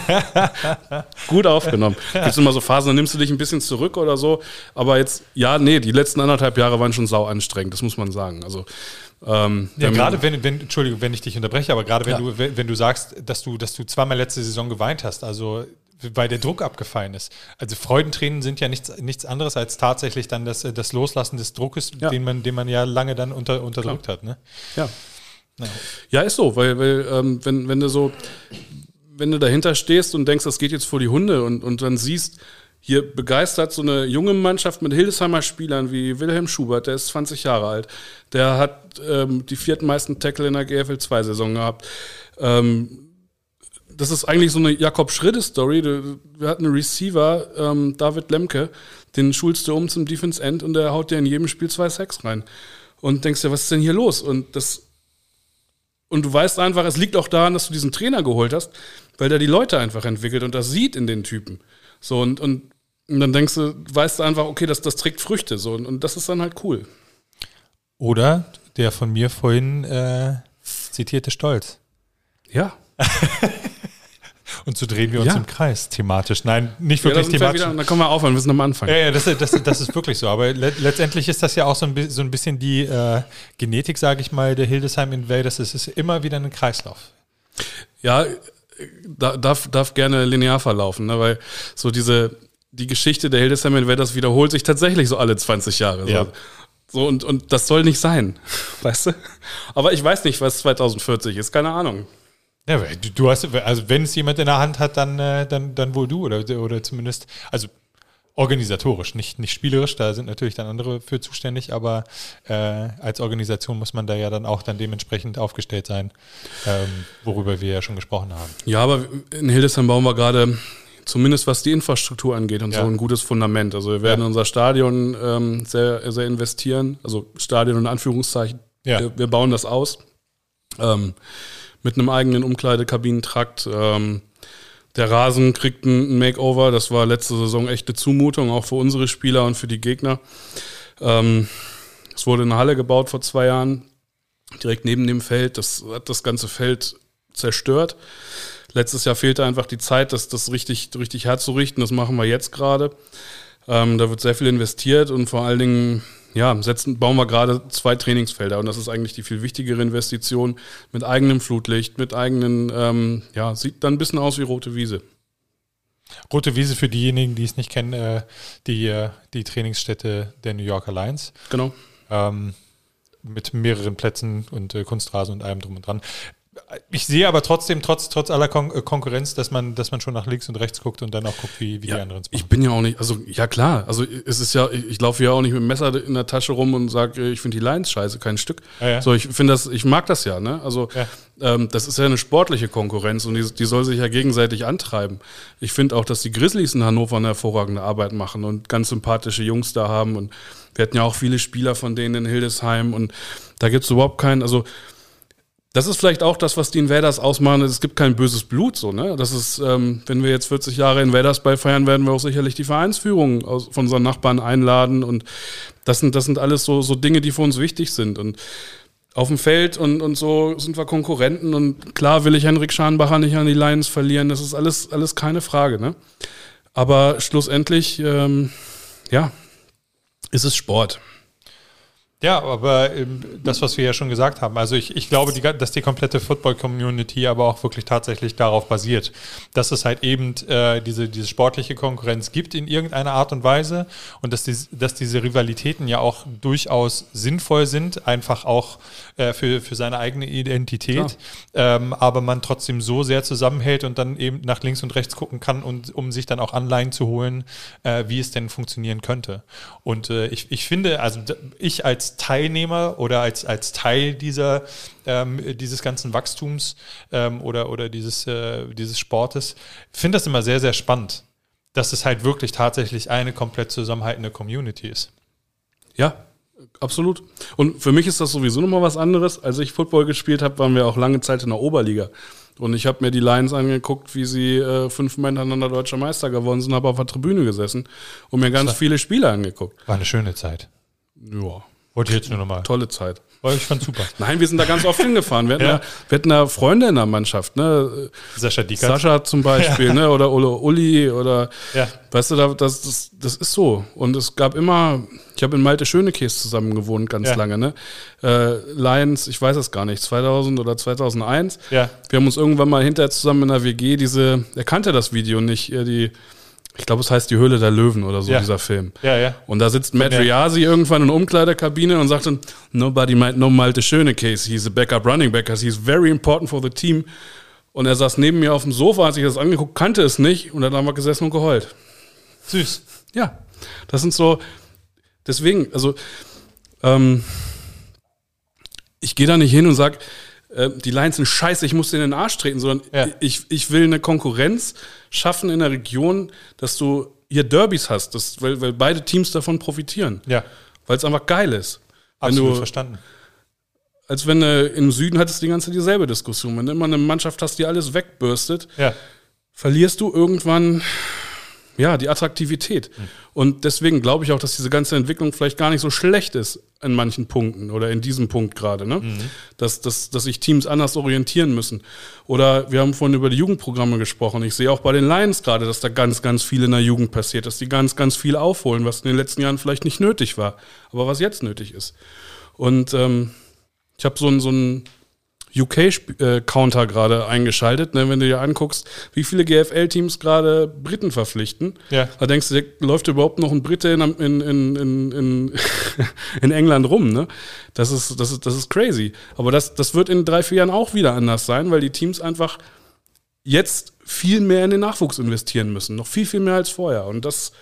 Gut aufgenommen. Gibt es immer so Phasen, da nimmst du dich ein bisschen zurück oder so. Aber jetzt, ja, nee, die letzten anderthalb Jahre waren schon sau anstrengend, das muss man sagen. Also Ähm, ja, gerade wenn, wenn, Entschuldigung, wenn ich dich unterbreche, aber gerade wenn ja. du, wenn, wenn du sagst, dass du, dass du zweimal letzte Saison geweint hast, also weil der Druck abgefallen ist. Also Freudentränen sind ja nichts, nichts anderes als tatsächlich dann das, das Loslassen des Druckes, ja. den man, den man ja lange dann unter, unterdrückt Klar. hat. Ne? Ja. ja. Ja, ist so, weil, weil ähm, wenn, wenn du so, wenn du dahinter stehst und denkst, das geht jetzt vor die Hunde und, und dann siehst, hier begeistert so eine junge Mannschaft mit Hildesheimer Spielern wie Wilhelm Schubert, der ist zwanzig Jahre alt. Der hat ähm, die viertmeisten Tackle in der G F L zwei Saison gehabt. Ähm, das ist eigentlich so eine Jakob-Schridde-Story. Wir hatten einen Receiver, ähm, David Lemke, den schulst du um zum Defense End und der haut dir in jedem Spiel zwei Sacks rein. Und denkst dir, was ist denn hier los? Und das und du weißt einfach, es liegt auch daran, dass du diesen Trainer geholt hast, weil der die Leute einfach entwickelt und das sieht in den Typen. So, und, und, und dann denkst du, weißt du einfach, okay, das, das trägt Früchte. So, und, und das ist dann halt cool. Oder der von mir vorhin äh, zitierte Stolz. Ja. Und so drehen wir uns ja. im Kreis, thematisch. Nein, nicht wirklich ja, thematisch. Wieder, dann können wir aufhören, wir sind am Anfang. Ja, ja das, das, das ist wirklich so. Aber le- letztendlich ist das ja auch so ein, so ein bisschen die äh, Genetik, sage ich mal, der Hildesheim Invaders. Es ist immer wieder ein Kreislauf. Ja, darf, darf gerne linear verlaufen, ne? Weil so diese, die Geschichte der Hildesheim Invaders wiederholt sich tatsächlich so alle zwanzig Jahre. Ja. So, so und, und das soll nicht sein, weißt du? Aber ich weiß nicht, was zwanzig vierzig ist, keine Ahnung. Ja, du, du hast, also wenn es jemand in der Hand hat, dann, äh, dann, dann wohl du oder, oder zumindest, also organisatorisch, nicht, nicht spielerisch, da sind natürlich dann andere für zuständig, aber äh, als Organisation muss man da ja dann auch dann dementsprechend aufgestellt sein, ähm, worüber wir ja schon gesprochen haben. Ja, aber in Hildesheim bauen wir gerade, zumindest was die Infrastruktur angeht und ja. so, ein gutes Fundament. Also wir werden ja. in unser Stadion ähm, sehr, sehr investieren, also Stadion in Anführungszeichen. Ja. Wir, wir bauen das aus. Ähm, mit einem eigenen Umkleidekabinentrakt. Ähm, der Rasen kriegt ein Makeover. Das war letzte Saison echt eine Zumutung, auch für unsere Spieler und für die Gegner. Ähm, es wurde eine Halle gebaut vor zwei Jahren, direkt neben dem Feld. Das hat das ganze Feld zerstört. Letztes Jahr fehlte einfach die Zeit, das, das richtig, richtig herzurichten. Das machen wir jetzt gerade. Ähm, da wird sehr viel investiert und vor allen Dingen ja, setzen, bauen wir gerade zwei Trainingsfelder und das ist eigentlich die viel wichtigere Investition mit eigenem Flutlicht, mit eigenen, ähm, ja, sieht dann ein bisschen aus wie Rote Wiese. Rote Wiese für diejenigen, die es nicht kennen, äh, die, äh, die Trainingsstätte der New Yorker Lions. Genau. Ähm, mit mehreren Plätzen und äh, Kunstrasen und allem drum und dran. Ich sehe aber trotzdem, trotz, trotz aller Kon- Konkurrenz, dass man, dass man schon nach links und rechts guckt und dann auch guckt, wie, wie ja, die anderen es machen. Ich bin ja auch nicht, also ja klar, also es ist ja, ich, ich laufe ja auch nicht mit dem Messer in der Tasche rum und sage, ich finde die Lions scheiße, kein Stück. Ja, ja. So, ich finde das, ich mag das ja, ne? Also ja. ähm, das ist ja eine sportliche Konkurrenz und die, die soll sich ja gegenseitig antreiben. Ich finde auch, dass die Grizzlies in Hannover eine hervorragende Arbeit machen und ganz sympathische Jungs da haben und wir hatten ja auch viele Spieler von denen in Hildesheim und da gibt es überhaupt keinen, also das ist vielleicht auch das, was die Invaders ausmachen. Es gibt kein böses Blut, so, ne? Das ist, ähm, wenn wir jetzt vierzig Jahre Invaders-Ball feiern, werden wir auch sicherlich die Vereinsführung aus, von unseren Nachbarn einladen. Und das sind, das sind alles so, so Dinge, die für uns wichtig sind. Und auf dem Feld und, und so sind wir Konkurrenten und klar will ich Henrik Scharnbacher nicht an die Lions verlieren, das ist alles, alles keine Frage, ne? Aber schlussendlich, ähm, ja, ist es Sport. Ja, aber ähm, das, was wir ja schon gesagt haben, also ich, ich glaube, die, dass die komplette Football-Community aber auch wirklich tatsächlich darauf basiert, dass es halt eben äh, diese, diese sportliche Konkurrenz gibt in irgendeiner Art und Weise und dass, die, dass diese Rivalitäten ja auch durchaus sinnvoll sind, einfach auch äh, für, für seine eigene Identität, ähm, aber man trotzdem so sehr zusammenhält und dann eben nach links und rechts gucken kann, und, um sich dann auch Anleihen zu holen, äh, wie es denn funktionieren könnte. Und äh, ich, ich finde, also ich als Teilnehmer oder als, als Teil dieser, ähm, dieses ganzen Wachstums ähm, oder, oder dieses, äh, dieses Sportes, finde das immer sehr, sehr spannend, dass es halt wirklich tatsächlich eine komplett zusammenhaltende Community ist. Ja, absolut. Und für mich ist das sowieso nochmal was anderes. Als ich Football gespielt habe, waren wir auch lange Zeit in der Oberliga. Und ich habe mir die Lions angeguckt, wie sie äh, fünfmal hintereinander deutscher Meister geworden sind, habe auf der Tribüne gesessen und mir ganz viele Spiele angeguckt. War eine schöne Zeit. Ja. Wollte ich jetzt nur nochmal. Tolle Zeit. Oh, ich fand's super. Nein, wir sind da ganz oft hingefahren. Wir hatten, Ja. da, wir hatten da Freunde in der Mannschaft, ne? Sascha Diekert. Sascha zum Beispiel, Ja. ne? Oder Ole Uli oder Ja. weißt du, da, das, das, das ist so. Und es gab immer, ich habe in Malte Schönekäs zusammen gewohnt, ganz Ja. lange, ne? Äh, Lions, ich weiß es gar nicht, zweitausend oder zweitausendeins. Ja. Wir haben uns irgendwann mal hinterher zusammen in der W G diese, er kannte das Video nicht, äh, die, ich glaube, es heißt Die Höhle der Löwen oder so, Ja. dieser Film. Ja, ja. Und da sitzt Matt Ja. Riasi irgendwann in der Umkleidekabine und sagt dann, nobody might know Malte Schönekäs, he's a backup running back, he's very important for the team. Und er saß neben mir auf dem Sofa, hat sich das angeguckt, kannte es nicht und dann haben wir gesessen und geheult. Süß. Ja, das sind so, deswegen, also ähm, ich gehe da nicht hin und sage, äh, die Lions sind scheiße, ich muss denen in den Arsch treten, sondern Ja. ich, ich will eine Konkurrenz schaffen in der Region, dass du hier Derbys hast, das, weil, weil beide Teams davon profitieren. Ja. Weil es einfach geil ist. Wenn Absolut du, verstanden. als wenn du im Süden hattest du die ganze Zeit dieselbe Diskussion. Wenn du immer eine Mannschaft hast, die alles wegbürstet, Ja. verlierst du irgendwann ja die Attraktivität. Mhm. Und deswegen glaube ich auch, dass diese ganze Entwicklung vielleicht gar nicht so schlecht ist in manchen Punkten oder in diesem Punkt gerade, ne? Mhm. Dass, dass, dass sich Teams anders orientieren müssen. Oder wir haben vorhin über die Jugendprogramme gesprochen. Ich sehe auch bei den Lions gerade, dass da ganz, ganz viel in der Jugend passiert, dass die ganz, ganz viel aufholen, was in den letzten Jahren vielleicht nicht nötig war, aber was jetzt nötig ist. Und ähm, ich habe so ein, so ein U K-Counter gerade eingeschaltet, ne, wenn du dir anguckst, wie viele G F L-Teams gerade Briten verpflichten. Ja. Da denkst du, läuft überhaupt noch ein Brite in, in, in, in, in, in England rum, ne? Das ist, das ist, das ist crazy. Aber das, das wird in drei, vier Jahren auch wieder anders sein, weil die Teams einfach jetzt viel mehr in den Nachwuchs investieren müssen. Noch viel, viel mehr als vorher. Und das,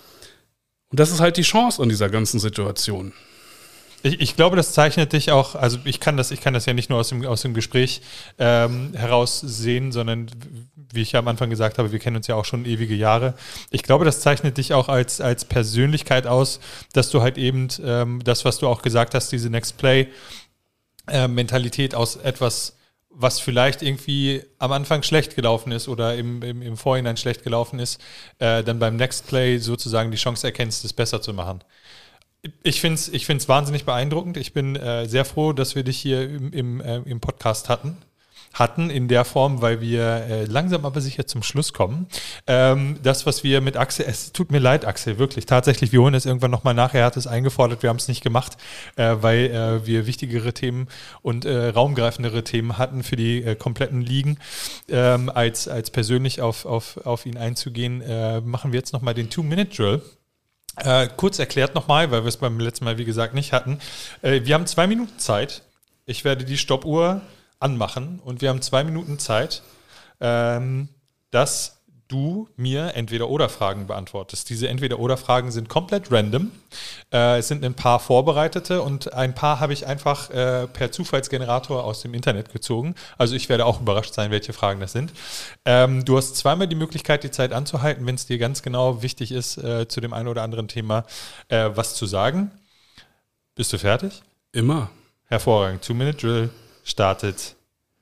und das ist halt die Chance an dieser ganzen Situation. Ich, ich glaube, das zeichnet dich auch, also ich kann das, ich kann das ja nicht nur aus dem, aus dem Gespräch ähm, heraussehen, sondern wie ich ja am Anfang gesagt habe, wir kennen uns ja auch schon ewige Jahre. Ich glaube, das zeichnet dich auch als, als Persönlichkeit aus, dass du halt eben ähm, das, was du auch gesagt hast, diese Next Play äh, Mentalität aus etwas, was vielleicht irgendwie am Anfang schlecht gelaufen ist oder im, im, im Vorhinein schlecht gelaufen ist, äh, dann beim Next Play sozusagen die Chance erkennst, es besser zu machen. Ich finde es ich find's wahnsinnig beeindruckend. Ich bin äh, sehr froh, dass wir dich hier im, im, äh, im Podcast hatten. Hatten in der Form, weil wir äh, langsam aber sicher zum Schluss kommen. Ähm, das, was wir mit Axel, es tut mir leid, Axel, wirklich, tatsächlich, wir holen es irgendwann nochmal nach. Er hat es eingefordert, wir haben es nicht gemacht, äh, weil äh, wir wichtigere Themen und äh, raumgreifendere Themen hatten für die äh, kompletten Ligen. Ähm, als, als persönlich auf, auf, auf ihn einzugehen, äh, machen wir jetzt nochmal den Two-Minute-Drill. Äh, kurz erklärt nochmal, weil wir es beim letzten Mal, wie gesagt, nicht hatten. Äh, wir haben zwei Minuten Zeit. Ich werde die Stoppuhr anmachen und wir haben zwei Minuten Zeit, ähm, dass du mir Entweder-Oder-Fragen beantwortest. Diese Entweder-Oder-Fragen sind komplett random. Äh, es sind ein paar vorbereitete und ein paar habe ich einfach äh, per Zufallsgenerator aus dem Internet gezogen. Also ich werde auch überrascht sein, welche Fragen das sind. Ähm, du hast zweimal die Möglichkeit, die Zeit anzuhalten, wenn es dir ganz genau wichtig ist, äh, zu dem einen oder anderen Thema äh, was zu sagen. Bist du fertig? Immer. Hervorragend. Two-Minute-Drill startet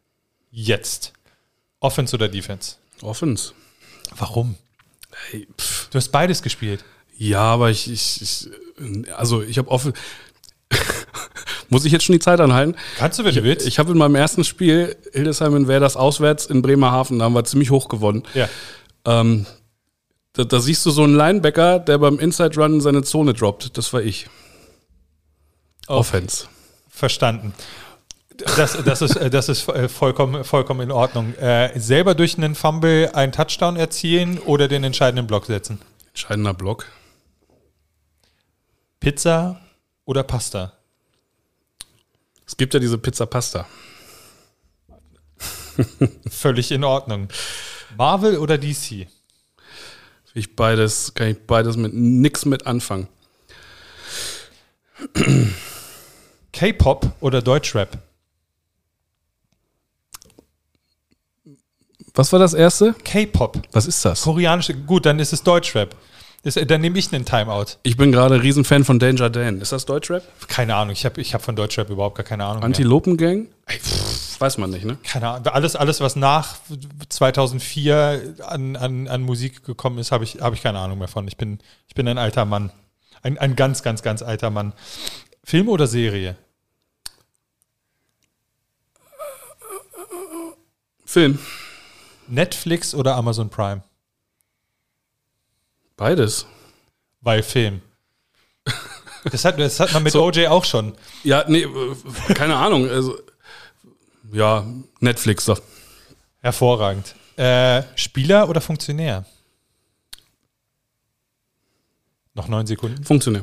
jetzt. Offense oder Defense? Offense. Warum? Hey, pff. Du hast beides gespielt. Ja, aber ich, ich, ich also ich habe offen. Muss ich jetzt schon die Zeit anhalten? Kannst du, wenn du willst. Ich habe in meinem ersten Spiel Hildesheim in Werders auswärts in Bremerhaven, da haben wir ziemlich hoch gewonnen. Ja. Ähm, da, da siehst du so einen Linebacker, der beim Inside Run seine Zone droppt. Das war ich. Oh. Offense. Verstanden. Das, das ist, das ist vollkommen, vollkommen in Ordnung. Äh, selber durch einen Fumble einen Touchdown erzielen oder den entscheidenden Block setzen? Entscheidender Block. Pizza oder Pasta? Es gibt ja diese Pizza Pasta. Völlig in Ordnung. Marvel oder D C? Ich beides, kann ich beides mit nix mit anfangen. K-Pop oder Deutschrap? Was war das erste? K-Pop. Was ist das? Koreanische, gut, dann ist es Deutschrap. Das, dann nehme ich einen Timeout. Ich bin gerade Riesenfan von Danger Dan. Ist das Deutschrap? Keine Ahnung, ich habe ich hab von Deutschrap überhaupt gar keine Ahnung. Antilopengang? Weiß man nicht, ne? Keine Ahnung. Alles, alles was nach zweitausendvier an, an, an Musik gekommen ist, habe ich, hab ich keine Ahnung mehr von. Ich bin, ich bin ein alter Mann. Ein, ein ganz, ganz, ganz alter Mann. Film oder Serie? Film. Netflix oder Amazon Prime? Beides. Weil Film. Das hat, das hat man mit so, O J auch schon. Ja, nee, keine Ahnung. Also, ja, Netflix. So. Hervorragend. Äh, Spieler oder Funktionär? Noch neun Sekunden. Funktionär.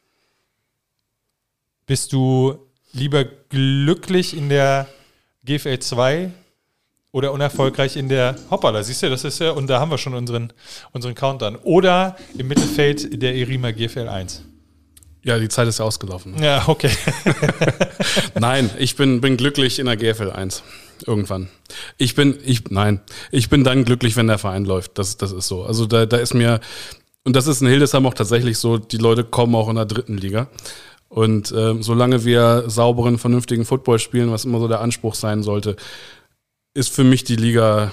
Bist du lieber glücklich in der G F L zwei oder unerfolgreich in der Hoppala? Siehst du, das ist ja, und da haben wir schon unseren, unseren Countdown. Oder im Mittelfeld der Erima G F L eins? Ja, die Zeit ist ja ausgelaufen. Ja, okay. Nein, ich bin, bin glücklich in der G F L eins. Irgendwann. Ich bin, ich, nein, ich bin dann glücklich, wenn der Verein läuft. Das, das ist so. Also da, da ist mir, und das ist in Hildesheim auch tatsächlich so, die Leute kommen auch in der dritten Liga. Und ähm, solange wir sauberen, vernünftigen Football spielen, was immer so der Anspruch sein sollte, ist für mich die Liga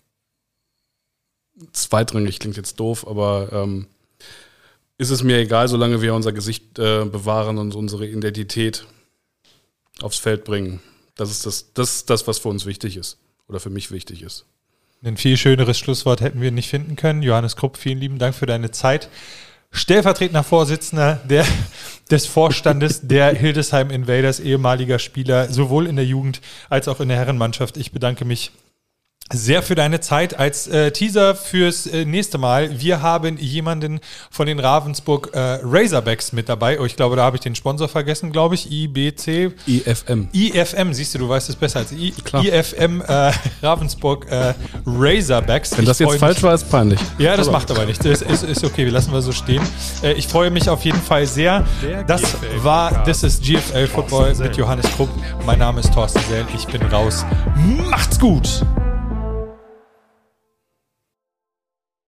zweitrangig, klingt jetzt doof, aber ähm, ist es mir egal, solange wir unser Gesicht äh, bewahren und unsere Identität aufs Feld bringen. Das ist das, das ist das, was für uns wichtig ist oder für mich wichtig ist. Ein viel schöneres Schlusswort hätten wir nicht finden können. Johannes Krupp, vielen lieben Dank für deine Zeit. Stellvertretender Vorsitzender der, des Vorstandes der Hildesheim Invaders, ehemaliger Spieler, sowohl in der Jugend als auch in der Herrenmannschaft. Ich bedanke mich sehr für deine Zeit. Als äh, Teaser fürs äh, nächste Mal, wir haben jemanden von den Ravensburg äh, Razorbacks mit dabei. Oh, ich glaube, da habe ich den Sponsor vergessen, glaube ich. I B C. I F M. I F M, siehst du, du weißt es besser als I. Klar. I F M äh, Ravensburg äh, Razorbacks. Wenn das ich jetzt falsch war, ist peinlich. Ja, das macht aber nichts. Ist, ist, ist okay, wir lassen wir so stehen. Äh, ich freue mich auf jeden Fall sehr. Das war This is G F L Football mit Johannes Krupp. Mein Name ist Thorsten Sell. Ich bin raus. Macht's gut!